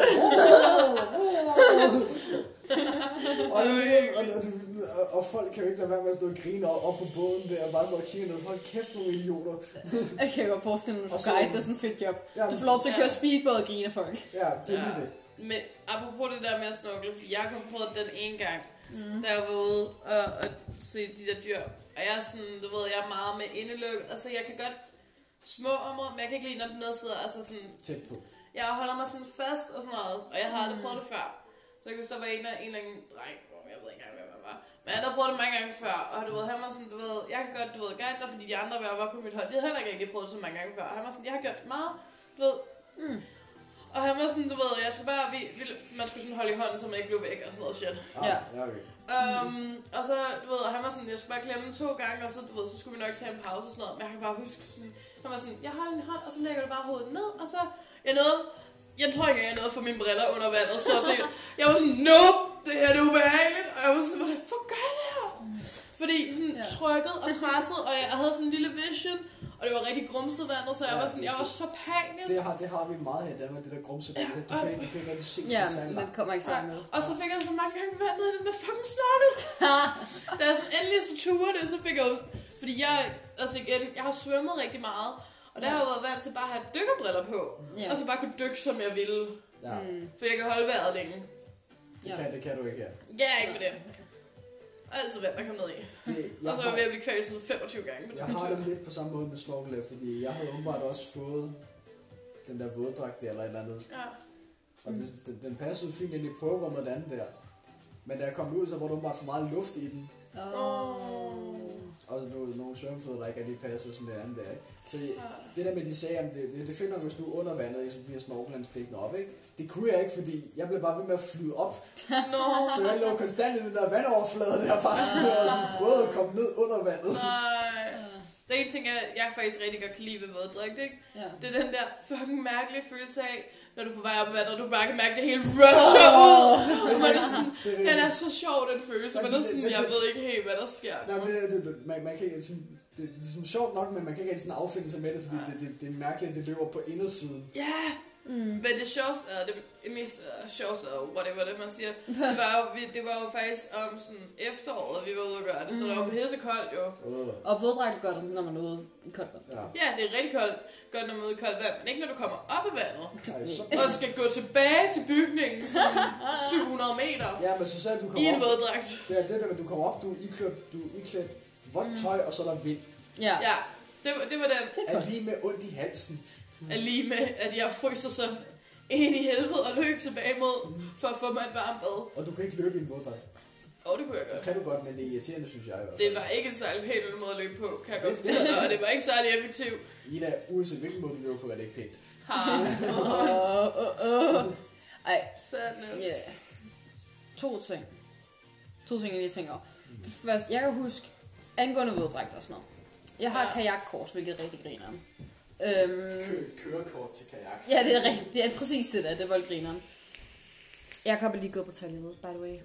og, det, og, og, og folk kan jo ikke lade være med at stå og grine op, op på båden der, og bare stå og kigge ned, hold kæft, nogle idioter. Jeg kan godt forestille mig, at Og du så- guide, det er sådan et fedt job. Ja, Du får lov til at køre Ja. speedbåd og grine af folk. ja, det er Ja. lige det. Men apropos det der med at snorkle, fordi jeg kom på den ene gang, Mm. da jeg var ude og, og se de der dyr. Og jeg er sådan, du ved, jeg er meget med indelukket. Altså, jeg kan godt små områder, men jeg kan ikke lide, når den noget sidder, altså sådan... Tæt på. Jeg holder mig sådan fast og sådan noget, og jeg har aldrig prøvet det før. Så jeg kunne der var en, en eller anden dreng, jeg ved ikke engang, hvem han var. Men jeg havde prøvet det mange gange før, og du ved, han var sådan, du ved, jeg kan godt, du ved, guide dig, fordi de andre var på mit hold. De havde heller ikke prøvet det så mange gange før. Han var sådan, jeg har gjort det meget, du ved. Mm. Og han var sådan, du ved, jeg skulle bare, vi, vi, man skulle sådan holde i hånden, så man ikke blev væk og sådan noget shit. Ah, Ja. ja, okay. Um, og så, du ved, han var sådan, jeg skulle bare klemme to gange, og så, du ved, så skulle vi nok tage en pause og sådan noget. Men jeg kan bare huske sådan, han var sådan, jeg holder din hånd, og så lægger du bare hovedet ned, og så, jeg nåede, jeg tror ikke, jeg nåede at få mine briller under vandet, stort set. Jeg var sådan, nope, det her det er ubehageligt, og jeg var sådan, hvordan fuck gør jeg det her? Fordi sådan Ja. trykket og presset, og jeg havde sådan en lille vision, og det var rigtig grumset vandet, så jeg Ja, var sådan, jeg var så panisk. Det har, det har vi meget her i Danmark, det der grumse. Ja, Du kan ikke, du kan ikke rigtig se Ja, sådan men langt. det kommer ikke så langt med. Og så fik jeg så mange gange vandet i den der fucking snorkel. Da jeg så endelig så turde det, så fik jeg jo... Fordi jeg, altså igen, jeg har svømmet rigtig meget. Og der har jeg jo været vant til bare at have dykkerbriller på. Ja. Og så bare kunne dykke, som jeg ville. Ja, Mm. For jeg kan holde vejret længe. det Ja. kan, det kan du ikke her. Jeg er ikke med det. Altså vand, der kom ned i. Det, Og så var jeg ved at blive kvalt sådan femogtyve gange. På jeg den har tur. det lidt på samme måde med snorkel, fordi jeg havde åbenbart også fået den der våddragt der, eller et eller andet. Ja. Og mm. det, den, den passede fint ind i prøverummet den anden der. Men da jeg kom ud, så var der bare for meget luft i den. Oh. Og nogle, nogle svømmefødder, der ikke er lige passet sådan det andet der, ikke? Så det der med, de sagde, det, det, det finder hvis du er under vandet, så bliver snorkelen stikkende op, ikke? Det kunne jeg ikke, fordi jeg blev bare ved med at flyde op. No. Så jeg lå konstant i den der vandoverflade der, bare sådan, og sådan prøvede at komme ned under vandet. Nej. Det er en ting, jeg, jeg faktisk rigtig godt kan lide ved våddrægt, ikke? Ja. Det er den der fucking mærkelige følelse af, når du er på vej op i vandet, og du bare kan mærke, at det hele rusher ud. Og man er sådan, den er så sjov, den følelse. Man er sådan, jeg ved ikke helt, hvad der sker. Nej, men det, det, man, man kan ikke sådan, det, det er sådan sjovt nok, men man kan ikke rigtig sådan affinde sig med det, fordi det, det, det er mærkeligt, at det løber på indersiden. Ja, mm. men det sjoveste, uh, det mest uh, sjoveste, uh, whatever det man siger, det var, jo, vi, det var jo faktisk om sådan efteråret, vi var ude og gøre det, mm. så det var pisse koldt jo. Uh. Og våddragt gør det, når man er ude i koldt vand. Ja. Ja, det er rigtig koldt, godt når man er ude i koldt vand, men ikke når du kommer op i vandet. Ej, så... Og skal gå tilbage til bygningen, sådan syv hundrede meter. Ja, men så sagde du kommer i en op. våddragt. Det er det der, du kommer op, du er iklædt, du er iklædt vådt tøj, og så er der vind. Ja. Ja, det var, det var den. Det er lige med ondt i halsen. Er lige med, at jeg fryser så ind i helvede og løb tilbage mod, for at få mig et varmt bad. Og du kan ikke løbe i en våddragt. Åh, oh, det kunne jeg Det godt. kan du godt, men det er irriterende, synes jeg i hvert fald. Det var ikke en særlig pæn måde at løbe på, kan jeg godt fortælle dig, og det var ikke særlig effektivt. Ida, uanset hvilken måde du løber på, er det ikke pænt. Ha. Åh, åh, åh. Ej, Sadness. ja. To ting. To ting, jeg lige tænker. Først, jeg kan huske, angående våddragt og sådan noget. Jeg har et Ja. kajakkort, hvilket er rigtig griner. Øhm, Kø- kørekort til kajak. ja, det er rigtigt. Det er præcis det der. Det var grineren. Jeg kan lige gå på toilettet, by the way.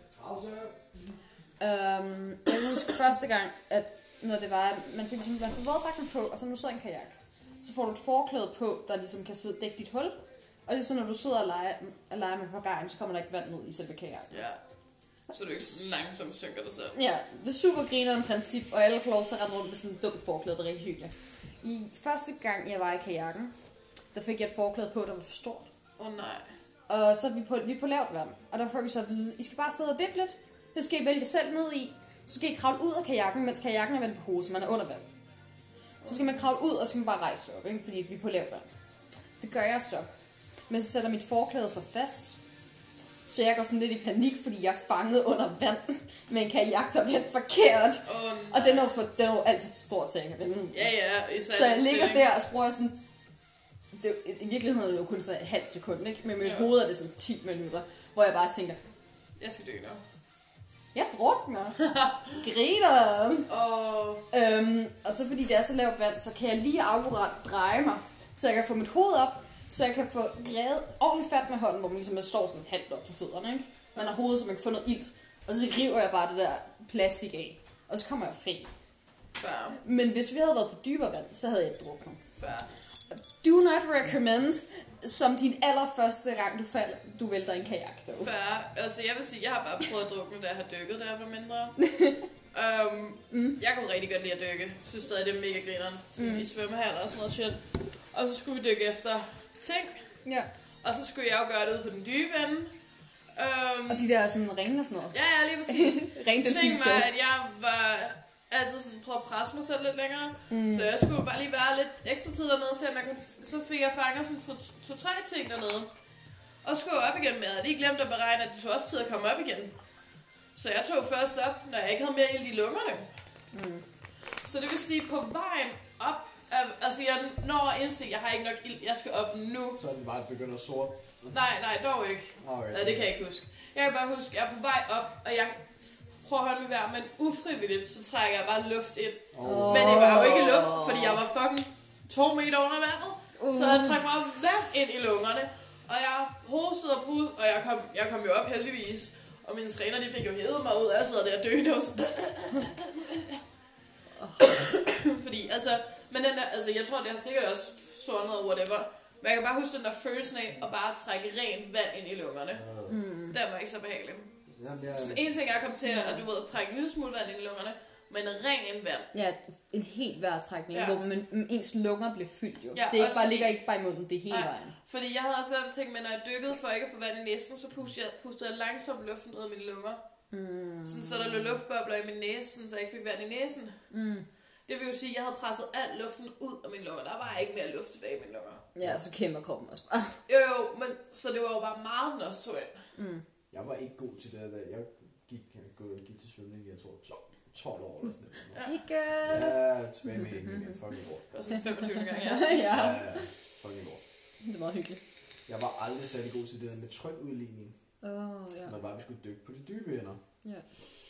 Øhm, jeg kan huske første gang, at når det var, at man fik ligesom, man får våddragten på, og så nu sidder en kajak. Så får du et forklæde på, der ligesom kan sidde dække dit hul. Og det er så, når du sidder og leger, og leger med pagajen, så kommer der ikke vand ned i selve kajakken. Ja. Så du ikke langsomt synker dig selv. Ja, det er super grinerende princip, og alle får lov til at rende rundt med sådan et dumt forklæde, det er rigtig hyggeligt. I første gang, jeg var i kajakken, der fik jeg et forklæde på, der var for stort. Åh oh, nej. Og så er vi på, vi er på lavt vand, og der får vi så at vide, I skal bare sidde og vippe lidt. Det skal I vælge selv ned i. Så skal I kravle ud af kajakken, mens kajakken er vendt på hovedet, så man er under vand. Så skal man kravle ud, og så skal man bare rejse op, ikke? Fordi vi er på lavt vand. Det gør jeg så. Men så sætter mit forklæde sig fast. Så jeg går sådan lidt i panik, fordi jeg er fanget under vand med en kajak, der er vendt forkert. Oh, og den er, for, den er jo alt for stor til, at jeg kan vende. Ja, ja. Især Så jeg ligger der og bruger sådan... Det, I virkeligheden er det jo kun sådan et halvt sekund, ikke? Men med mit Ja. hoved er det sådan ti minutter, hvor jeg bare tænker, Jeg skal dø nu. jeg drukner. Griner. Og Øhm, og så fordi det er så lavt vand, så kan jeg lige akkurat dreje mig, så jeg kan få mit hoved op, så jeg kan få revet ordentligt fat med hånden, hvor man ligesom står sådan halvt op på fødderne, ikke? Man har hovedet, så man kan få noget ilt. Og så river jeg bare det der plastik af, og så kommer jeg fri. fair. Men hvis vi havde været på dybere vand, så havde jeg ikke druknet. Fair. Do not recommend som din allerførste gang, du, falder, du vælter en kajak, dog. Fair. Altså, jeg vil sige, jeg har bare prøvet at drukne, da jeg har dykket, da jeg var mindre. um, mm. Jeg kunne rigtig godt lide at dykke. Synes stadig, det er mega grineren. Sådan mm. i svømmehaller og sådan noget shit. Og så skulle vi dykke efter ting. Ja. Og så skulle jeg jo gøre det ude på den dybe ende. Um, Og de der sådan ringe og sådan noget. ja, ja, lige præcis. Ring den Ting fint var, at jeg var altid sådan prøve at presse mig selv lidt længere. Mm. Så jeg skulle bare lige være lidt ekstra tid dernede, så, jeg kunne, så fik jeg fanget sådan to-tre to, ting dernede. Og så skulle jeg op igen med. Jeg havde lige glemt at beregne, at det tog også tid at komme op igen. Så jeg tog først op, når jeg ikke havde mere ild i lungerne. Mm. Så det vil sige, på vejen op, altså jeg når at indse, at jeg har ikke nok ild, jeg skal op nu. Så er det bare begynder at sort. Nej, nej, dog ikke. Okay. Ja, det kan jeg ikke huske. Jeg kan bare huske, at jeg er på vej op, og jeg prøver at holde mig vejr, men ufrivilligt, så trækker jeg bare luft ind. Oh. Men det var jo ikke luft, fordi jeg var fucking to meter under vandet. Uh. Så jeg trækker meget vand ind i lungerne, og jeg hostede og pudede, og jeg kom, jeg kom jo op heldigvis. Og mine træner, de fik jo hævet mig ud, og jeg sad der døende og sådan. Fordi, altså, men den der, altså, jeg tror, det har sikkert også sornet og whatever. Men jeg kan bare huske den der følelsen af at bare trække rent vand ind i lungerne. Mm. Den var ikke så behagelig. Jamen, jeg... Så en ting, jeg kom til, at du ved, at trække en lille smule vand ind i lungerne, men ren vand. Ja, en helt vejrtrækning, Ja. hvor man, ens lunger bliver fyldt jo. Ja, det er ikke også bare, fordi- ligger ikke bare i munden, det er hele Nej. vejen. Fordi jeg havde også en ting med, når jeg dykkede for ikke at få vand i næsen, så pustede jeg, pustede jeg langsomt luften ud af mine lunger. Mm. Sådan, så der lå luftbobler i min næse, sådan, så jeg ikke fik vand i næsen. Mm. Det vil jo sige, at jeg havde presset al luften ud af mine lunger. Der var ikke mere luft tilbage i mine lunger. Ja, så kæmper kroppen også bare. Jo, jo, men så det var jo bare meget, den også tog ind. Mm. Jeg var ikke god til det der. Jeg gik, jeg gik, gik til svømning, jeg tror tolv år eller sådan noget. Ikke? Ja, tilbage med hængning igen. Fucking lort. Det var sådan femogtyvende gang, ja. Ja. Ja, fucking lort. Det er meget hyggeligt. Jeg var aldrig særlig god til det der med trykudligning. Åh, oh, ja. Når bare vi skulle dykke på de dybe ender. Ja.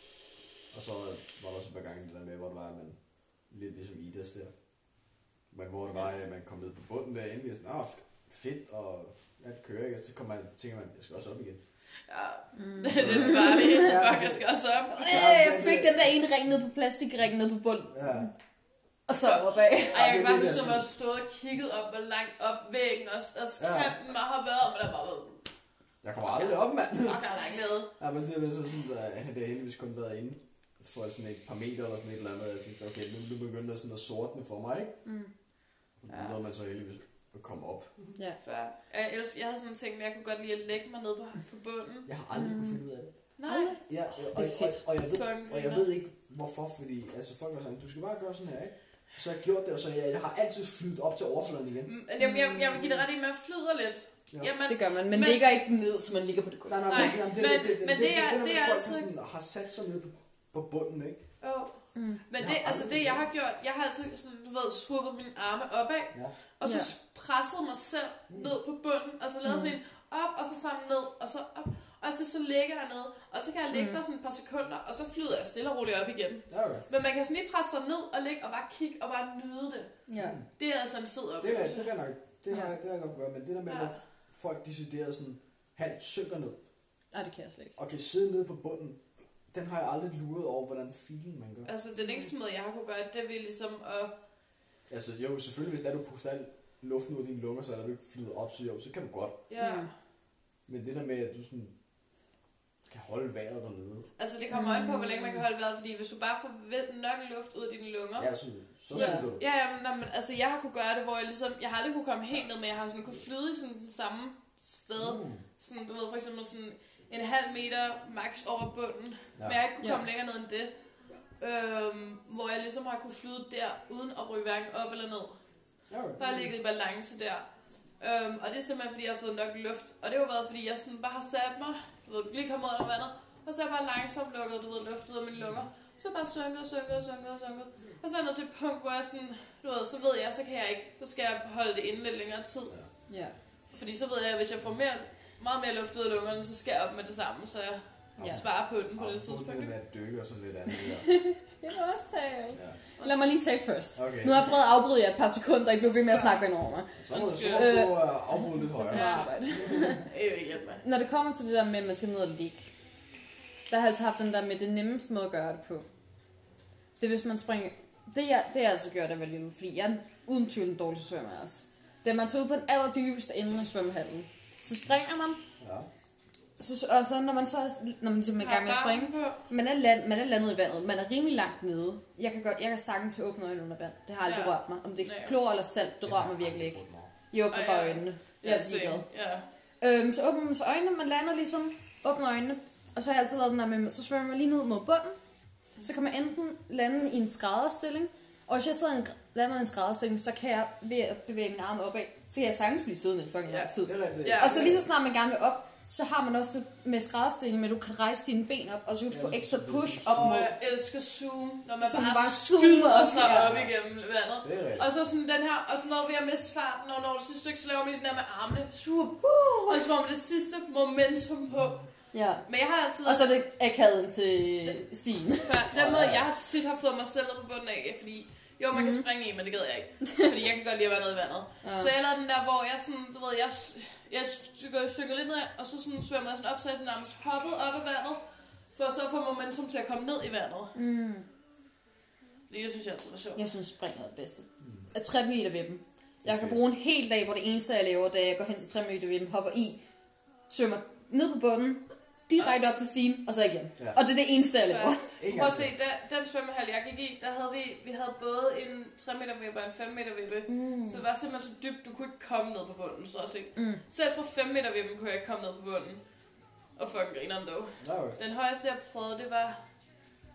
Og så var der også et par gange det der med, hvor det var, at man lidt ligesom Idas der. Men hvor det var, at man kom ned på bunden der endelig, og sådan, ah, fedt, og ja, det kører ikke, og så kommer man, tænker man, jeg skal også op igen. Ja, Mm. det er den farlige. Ja. Fuck, jeg skal også op. Øh, jeg fik den der ene ring ned på plastikringen ned på bunden. Ja. Og så opad. Ej, jeg kan bare det er huske, at sådan- jeg stod og kiggede op, hvor langt op væggen og, og Ja. kanten bare har været, men der bare været Jeg kommer aldrig op, mand. fuck, der er langt nede. Ja, men det er så sådan, at det har heldigvis kun været inde for sådan et par meter eller sådan et eller andet, og jeg tænkte, okay, nu, nu begynder det sådan at sortne for mig, ikke? Mm. Og nu nåede man så heldigvis at komme op. Ja. Før. Jeg, elsker, jeg havde sådan en ting, men jeg kunne godt lide at lægge mig ned på, på bunden. Jeg har aldrig kunne finde ud af det. Nej. Ja, og, og, Det er og, fedt. og, jeg ved, Fucking og jeg griner. ved ikke hvorfor, fordi altså folk var sådan, du skal bare gøre sådan her, ikke? Så har jeg gjort det, og så jeg, jeg har altid flyttet op til overfladen igen. Men jeg, jeg, jeg vil give det ret i, at man flyder lidt. Ja. Jamen, Det gør man, men, Men- men ligger ikke ned, så man ligger på det gulv. Nej, nej, Nej, nej, nej, det, men- det, det, men det, det er- det, det det, er folk, altid- der sådan har sat sig ned på, på bunden, ikke? oh. Mm. Men Jeg det, har altså aldrig det, jeg gjort har gjort, jeg har altid sådan, du ved, svuppet mine arme opad, Ja. og så Ja. presset mig selv ned på bunden, og så lavet sådan en op, og så sammen ned, og så op, og så, så ligger jeg ned, og så kan jeg ligge Mm. der sådan et par sekunder, og så flyder jeg stille og roligt op igen. Ja, okay. Men man kan sådan lige presse sig ned og ligge og bare kigge og bare nyde det. Ja. Det er altså en fed Det er, oplevelse. det er nok, det har, Ja. jeg- det har jeg godt gøre, men det der med, Ja. hvor folk decideret sådan halvt synker ned, Nej, det kan jeg slet ikke. og kan sidde nede på bunden, den har jeg aldrig luret over, hvordan feeling man gør. Altså den eneste måde, jeg har kunne gøre det, det er ligesom at... Altså jo, selvfølgelig, hvis det er, du puster al luften ud af dine lunger, så er der ikke flyder op, så jo, så kan du godt. Ja. Mm. Men det der med, at du sådan kan holde vejret dernede, Altså det kommer an på, hvor længe man kan holde vejret, fordi hvis du bare får ved- nok luft ud af dine lunger, ja, så, så Ja. synker du. Ja, ja, men, nå, men altså jeg har kunne gøre det, hvor jeg ligesom, jeg har aldrig kunne komme helt ned, men jeg har sådan kunne flyde i sådan den samme sted. Mm. Sådan, du ved, for eksempel sådan en halv meter max over bunden, Ja. men jeg har ikke kunne Ja. komme længere ned end det. Øhm, hvor jeg ligesom har kunne flyde der, uden at ryge hverken op eller ned. Ja, okay. Bare ligget i balance der. Øhm, og det er simpelthen, fordi jeg har fået nok luft. Og det har jo været, fordi jeg sådan bare har sat mig, du ved, lige kommet ud af vandet, og så er jeg bare langsomt lukket, du ved, luft ud af mine lunger. Så er jeg bare sunket, sunket, sunket, sunket. Og så er jeg nået til et punkt, hvor jeg sådan, du ved, så ved jeg, så kan jeg ikke, så skal jeg holde det inde lidt længere tid. Ja. Fordi så ved jeg, at hvis jeg får mere, meget mere luft ud af lungerne, så skal jeg op med det samme, så jeg Ja. sparer på den på Og det på tidspunkt. det ikke? med at dykke og sådan lidt andet. Ja. Jeg vil også tale. Ja. Lad mig lige tale først. Okay. Nu har jeg prøvet at afbryde jer et par sekunder, I blev ved med at snakke over mig. Så må du så Undskyld. må du øh, afbryde lidt Så får højere. jeg arbejde. Det er jo ikke hjælp mig. Når det kommer til det der med, at man skal ned og ligge, der har jeg altid haft den der med det nemmeste måde at gøre det på. Det er, hvis man springer... Det jeg, det jeg altså gør, da jeg var lille, fordi jeg er uden tvivl en dårlig svømmer også. Da man tager ud på den allerdybeste ende af svømmehallen, så springer man, Ja. så, og så når man så når man ligesom er i gang med at springe, På. man er, land, man er landet i vandet, man er rimelig langt nede. Jeg kan godt, jeg kan sagtens åbne øjnene under vand. Det har aldrig Ja. rørt mig. Om det er Ja. klor eller salt, det rører mig virkelig ikke. Jeg åbner Ej, bare ja. øjnene. Jeg Jeg er ligeglad. Ja. Øhm, så åbner man så øjnene, man lander ligesom, åbner øjnene, og så har jeg altid lavet den der med, så svømmer man lige ned mod bunden, så kan man enten lande i en skrædderstilling, og hvis jeg sidder i en, lander i en skrædderstilling, så kan jeg ved at bevæge mine arme opad, så kan jeg sagtens blive siddende i fucking Ja, lang tid. Det er rigtigt. Ja. Og så lige så snart man gerne vil op, så har man også det med skrædderstilling, med at du kan rejse dine ben op, og så kan du få Ja, ekstra så du- push op Og mod. jeg elsker zoom, når man Så bare, man bare skyder zoomer sig op, ja. op igennem vandet. Det er rigtigt. Og så sådan den her, og så når vi har mistet farten, og når det sidste stykke, så laver vi den der med armene. Swoop. Og så får man det sidste momentum på. Ja. Men jeg har altid... Og så er det akaden til Stine. Før, den måde, jeg har tit har fået mig selv ned på bunden af, fordi jo, man kan Mhm. springe i, men det gad jeg ikke. Fordi jeg kan godt lide at være nede i vandet. Ja. Så jeg lavede den der, hvor jeg sådan, du ved, jeg, jeg synker, synker lidt ned, og så sådan svømmer jeg sådan op, så jeg sådan nærmest hoppet op af vandet, for så at få momentum til at komme ned i vandet. Mm. Det synes jeg altid var sjovt. Jeg synes, springet er det bedste. Mm. At tre meter ved dem. Jeg kan fedt. bruge en hel dag, hvor det eneste, jeg laver, da jeg går hen til tre meter ved dem, hopper i, svømmer ned på bunden, direkte op til stien, og så igen. Ja. Og det er det eneste, jeg laver. Ikke Prøv at engang se, der, den svømmehal, jeg gik i, der havde vi, vi havde både en tre meter vippe og en fem meter vippe. Mm. Så det var simpelthen så dybt, du kunne ikke komme ned på bunden, så at se. Mm. Selv fra fem meter vippen kunne jeg ikke komme ned på bunden. Og fucking griner om dog. Ja, okay. Den højeste, jeg prøvede, det var... Jeg tror, jeg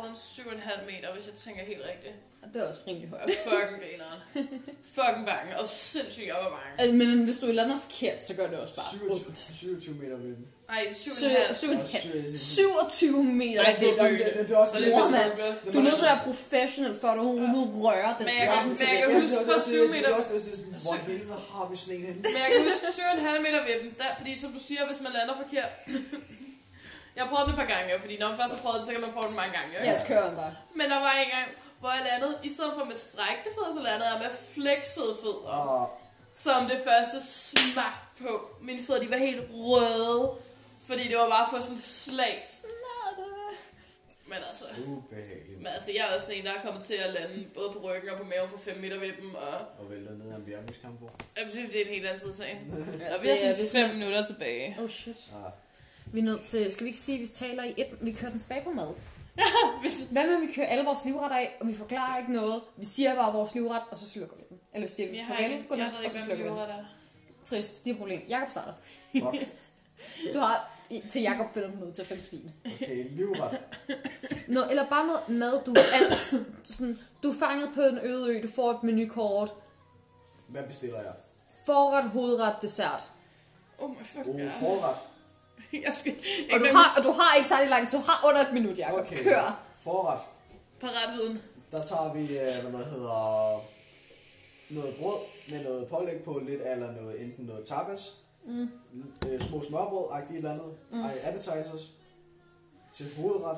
prøvet en syv komma fem meter, hvis jeg tænker helt rigtigt. Det er også rimelig højt. Og fucking grineren. Fucking bange, og sindssygt op ad bange. Altså, men hvis du lander forkert, så gør det også bare syvogtyve, syvogtyve meter ved den. Ej, syv komma fem. syvogtyve meter. Ej, det er det, det, det er også Så lidt... det er Mor, mand. så Du er nødt til at være professionel, for at du overhovedet rører den Men jeg kan- trappen til men jeg det. kan huske det, fra det, syv det, meter. Det er også det, er sådan, hvor helvede har vi sådan en henne? Men jeg kan huske syv komma fem meter ved dem, der, fordi som du siger, hvis man lander forkert. Jeg har prøvet det et par gange, jo, fordi når man først har prøvet den, så kan man prøve den mange gange. Jo. Ja, så kører den bare. Men der var en gang, hvor jeg landede, i stedet for med strækte fødder, så landede jeg med flexede fødder. Og Som det første smak på. Mine fødder, de var helt røde. Fordi det var bare for sådan et slag. Men altså, ubehageligt. men altså, jeg er også en, der er kommet til at lande både på ryggen og på maven for fem meter ved dem. Og Og vælter ned af en bjergmuskamp på. jeg synes, det er en helt anden sag. Ja, Og vi har det er, sådan hvis fem man... minutter tilbage. Oh shit. Ah. Vi er nødt til... Skal vi ikke sige, at vi taler i et... Vi kører den tilbage på mad. Hvis- Hvad med, at vi kører alle vores livret af, og vi forklarer ikke noget. Vi siger bare vores livret, og så slukker vi den. Eller siger vi Jeg har farvel, ikke, jeg godnat, ved og ikke, så hvad slukker vi min den. livret er. Trist, det er et problem. Jakob starter. Fuck. Du har i- til Jakob finder du noget til at finde din. Okay, livret. Nå, eller bare noget mad, du alt. Du, sådan, du er fanget på en øde ø, du får et menukort. Hvad bestiller jeg? Forret, hovedret, dessert. Oh my fuck Oh, god. forret. Jeg skal Og du har, og du har ikke særlig langt, du har under et minut, Jakob. Okay. Kør. Forret. paratviden. Der tager vi, øh, hvad man hedder, noget brød med noget pålæg på, lidt eller noget, enten noget tapas, Mm. øh, små smørbrød-agtigt et eller andet, Mm. ej, appetizers, til hovedret,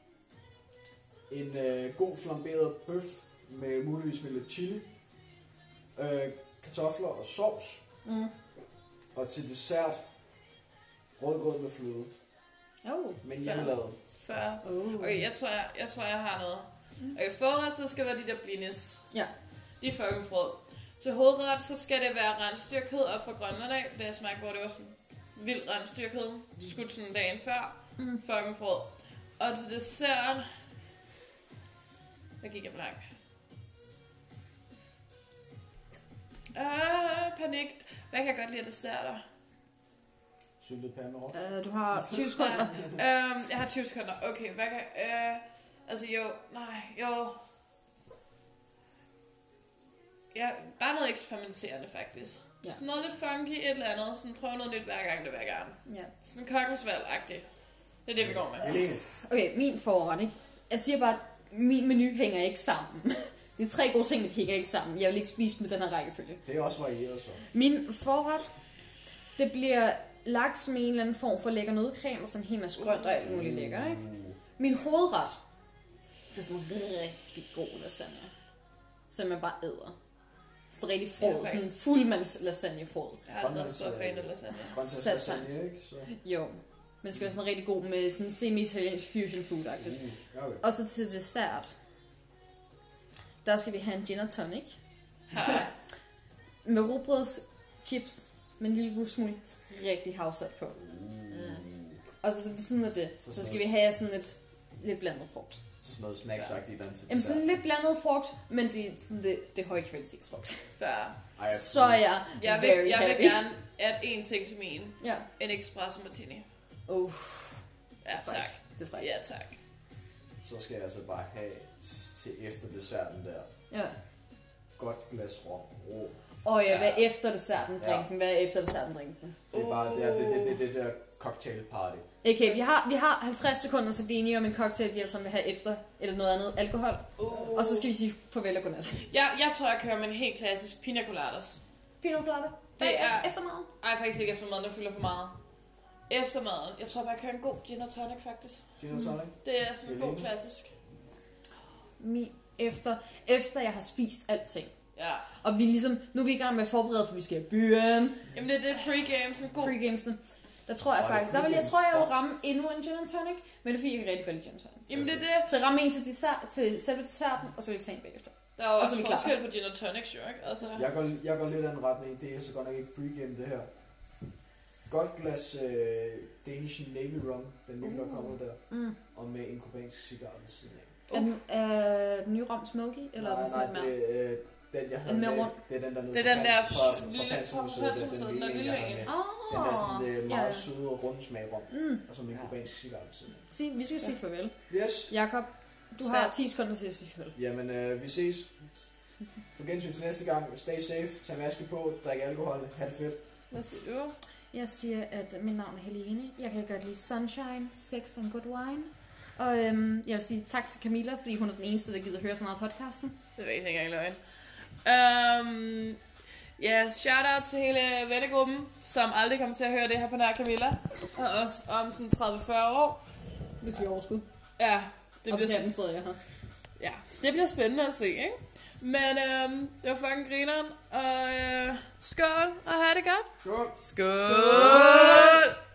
en øh, god flamberet bøf med muligvis med lidt chili, øh, kartofler og sovs, Mm. og til dessert, rødgrød med fløde, Oh. men hjemmelavet. fyrre. Oh. Okay, jeg tror, jeg, jeg tror, jeg har noget. Okay, forret, så skal være de der blinis. Ja. De er fucking frød. Til hovedret, så skal det være rensdyrkød op fra Grønland af, for det har smagt, hvor det var sådan vild rensdyrkød. Skudt sådan dagen før. Mm. Fucking frød. Og til dessert... Der gik jeg blank. Øh, panik. Hvad kan jeg godt lide af desserter? Syltet pande med råd. Uh, du har tyve sekunder. øhm, jeg har tyve sekunder. Okay, hvad kan... Øh, altså jo, nej, jo... Ja, bare noget eksperimenterende faktisk. Ja. Ja. Sådan noget lidt funky, et eller andet. Sådan prøve noget nyt hver gang, det vil jeg gerne. Ja. Sådan kokkensvalg-agtigt. Det er det, vi går med. Helene. Okay, min forret, ikke? Jeg siger bare, at min menu hænger ikke sammen. Det er tre gode ting, men det hænger ikke sammen. Jeg vil ikke spise med den her rækkefølge. Det er også varieret så. Min forret, det bliver laks med en eller anden form for lækker nødcreme og sådan en hel masse grønt og alt muligt lækker, ikke? Min hovedret, det er sådan en rigtig god lasagne, som man bare æder. Sådan rigtig frød, Ja, ja, sådan en faktisk. fuldmands lasagnefrød. Jeg har aldrig været stor fan af lasagne. Grøntsagslasagne, ikke? Så. Jo, men skal være sådan rigtig god med sådan semi-italiensk fusion food-agtigt. Mm, ja, okay. Og så til dessert, der skal vi have en gin og tonic. Med rugbrøds chips, med en lille smule rigtig havsalt på. Og så, så ved siden af det, Så så sådan skal vi noget- have sådan et lidt blandet frugt. Sådan noget snacksagtigt eller andet til Jamen sådan dessert. lidt blandet frugt, men det er sådan det, det er højkvalitetsfrugt. Færre. Ej, Så er jeg, Jeg vil, very jeg happy. vil gerne add en ting til min. Ja. En espresso martini. Uh, Ja, tak. Det er frækt. Ja, tak. Så skal jeg altså bare have til efter desserten der. Ja. Godt glas rom. Rå. Og ja, hvad Ja. efter desserten Ja. drinken? Hvad efter desserten drinken? Det er bare det, er, det, det, det, det der cocktail party. Okay, vi har, vi har halvtreds sekunder, så bliver enige om en cocktail, vi alle sammen vil have efter, eller noget andet alkohol. Uh. Og så skal vi sige farvel og godnat. Jeg, jeg tror, jeg kører med en helt klassisk pina coladas. Pinot colada. Det er- efter maden. Ej, faktisk ikke efter maden, der fylder for meget. Efter maden. Jeg tror bare, jeg kører en god gin og tonic, faktisk. Gin og tonic. Det er sådan en god Helene? klassisk. Mi, efter, efter jeg har spist alting. Ja. Og vi ligesom, nu er vi i gang med at forberede, for vi skal i byen. Jamen, det er det pre-game, sådan en god... Pre-gamesen. Der tror jeg Åh, det er faktisk, der vil jeg pre-game. tror, jeg vil ramme endnu en gin and tonic. Men det er fordi, jeg kan rigtig godt lide gin and tonic. Jamen, det er det. Så jeg rammer en til, dessert, til selve desserten, og så vil jeg tage en bagefter. Der er jo Og så også er vi klar. forskel på gin og tonics, jo, ikke? Altså, Jeg går, jeg går lidt af en retning. Det er så godt nok ikke pregame det her. Godt glas øh, Danish Navy Rum, den nye, der Uh. kommer der. Mm. Og med en kubansk cigar ved siden af. Er den, øh, den nye rom smoky, eller er den nej, sådan nej, lidt mere? det, øh, den jeg havde Den mere med, rund? det er den der nede Det er den der fra, fra, lille- fra Panserhuset, fra den, Panserhuset, den den lille en, lille jeg havde en. med. Den der sådan øh, Åh, meget ja. søde og runde smag rom. Mm. Og så med en Ja. kubansk cigar ved siden af. Sig, vi skal sige farvel. Yes. Jakob, Du har ti sekunder til selvfølgelig. Jamen, øh, vi ses. På gensyn til næste gang. Stay safe. Tag maske på. Drik alkohol. Ha' det fedt. Hvad siger du? Jeg siger, at mit navn er Helene. Jeg kan godt lide sunshine, sex and good wine. Og øhm, jeg vil sige tak til Camilla, fordi hun er den eneste, der gider høre så meget af podcasten. Det er ikke engang løgn. Um, ja, yeah, shout out til hele vennegruppen, som aldrig kommer til at høre det her på nær Camilla. Og også om sådan tredive til fyrre år. Hvis vi overskud. Ja, det og bliver, den tredje, jeg har. ja, det bliver spændende at se, ikke? Men øhm, det var fucking grineren. Og øh, skål, og have det godt. Skål. Skål. Skål.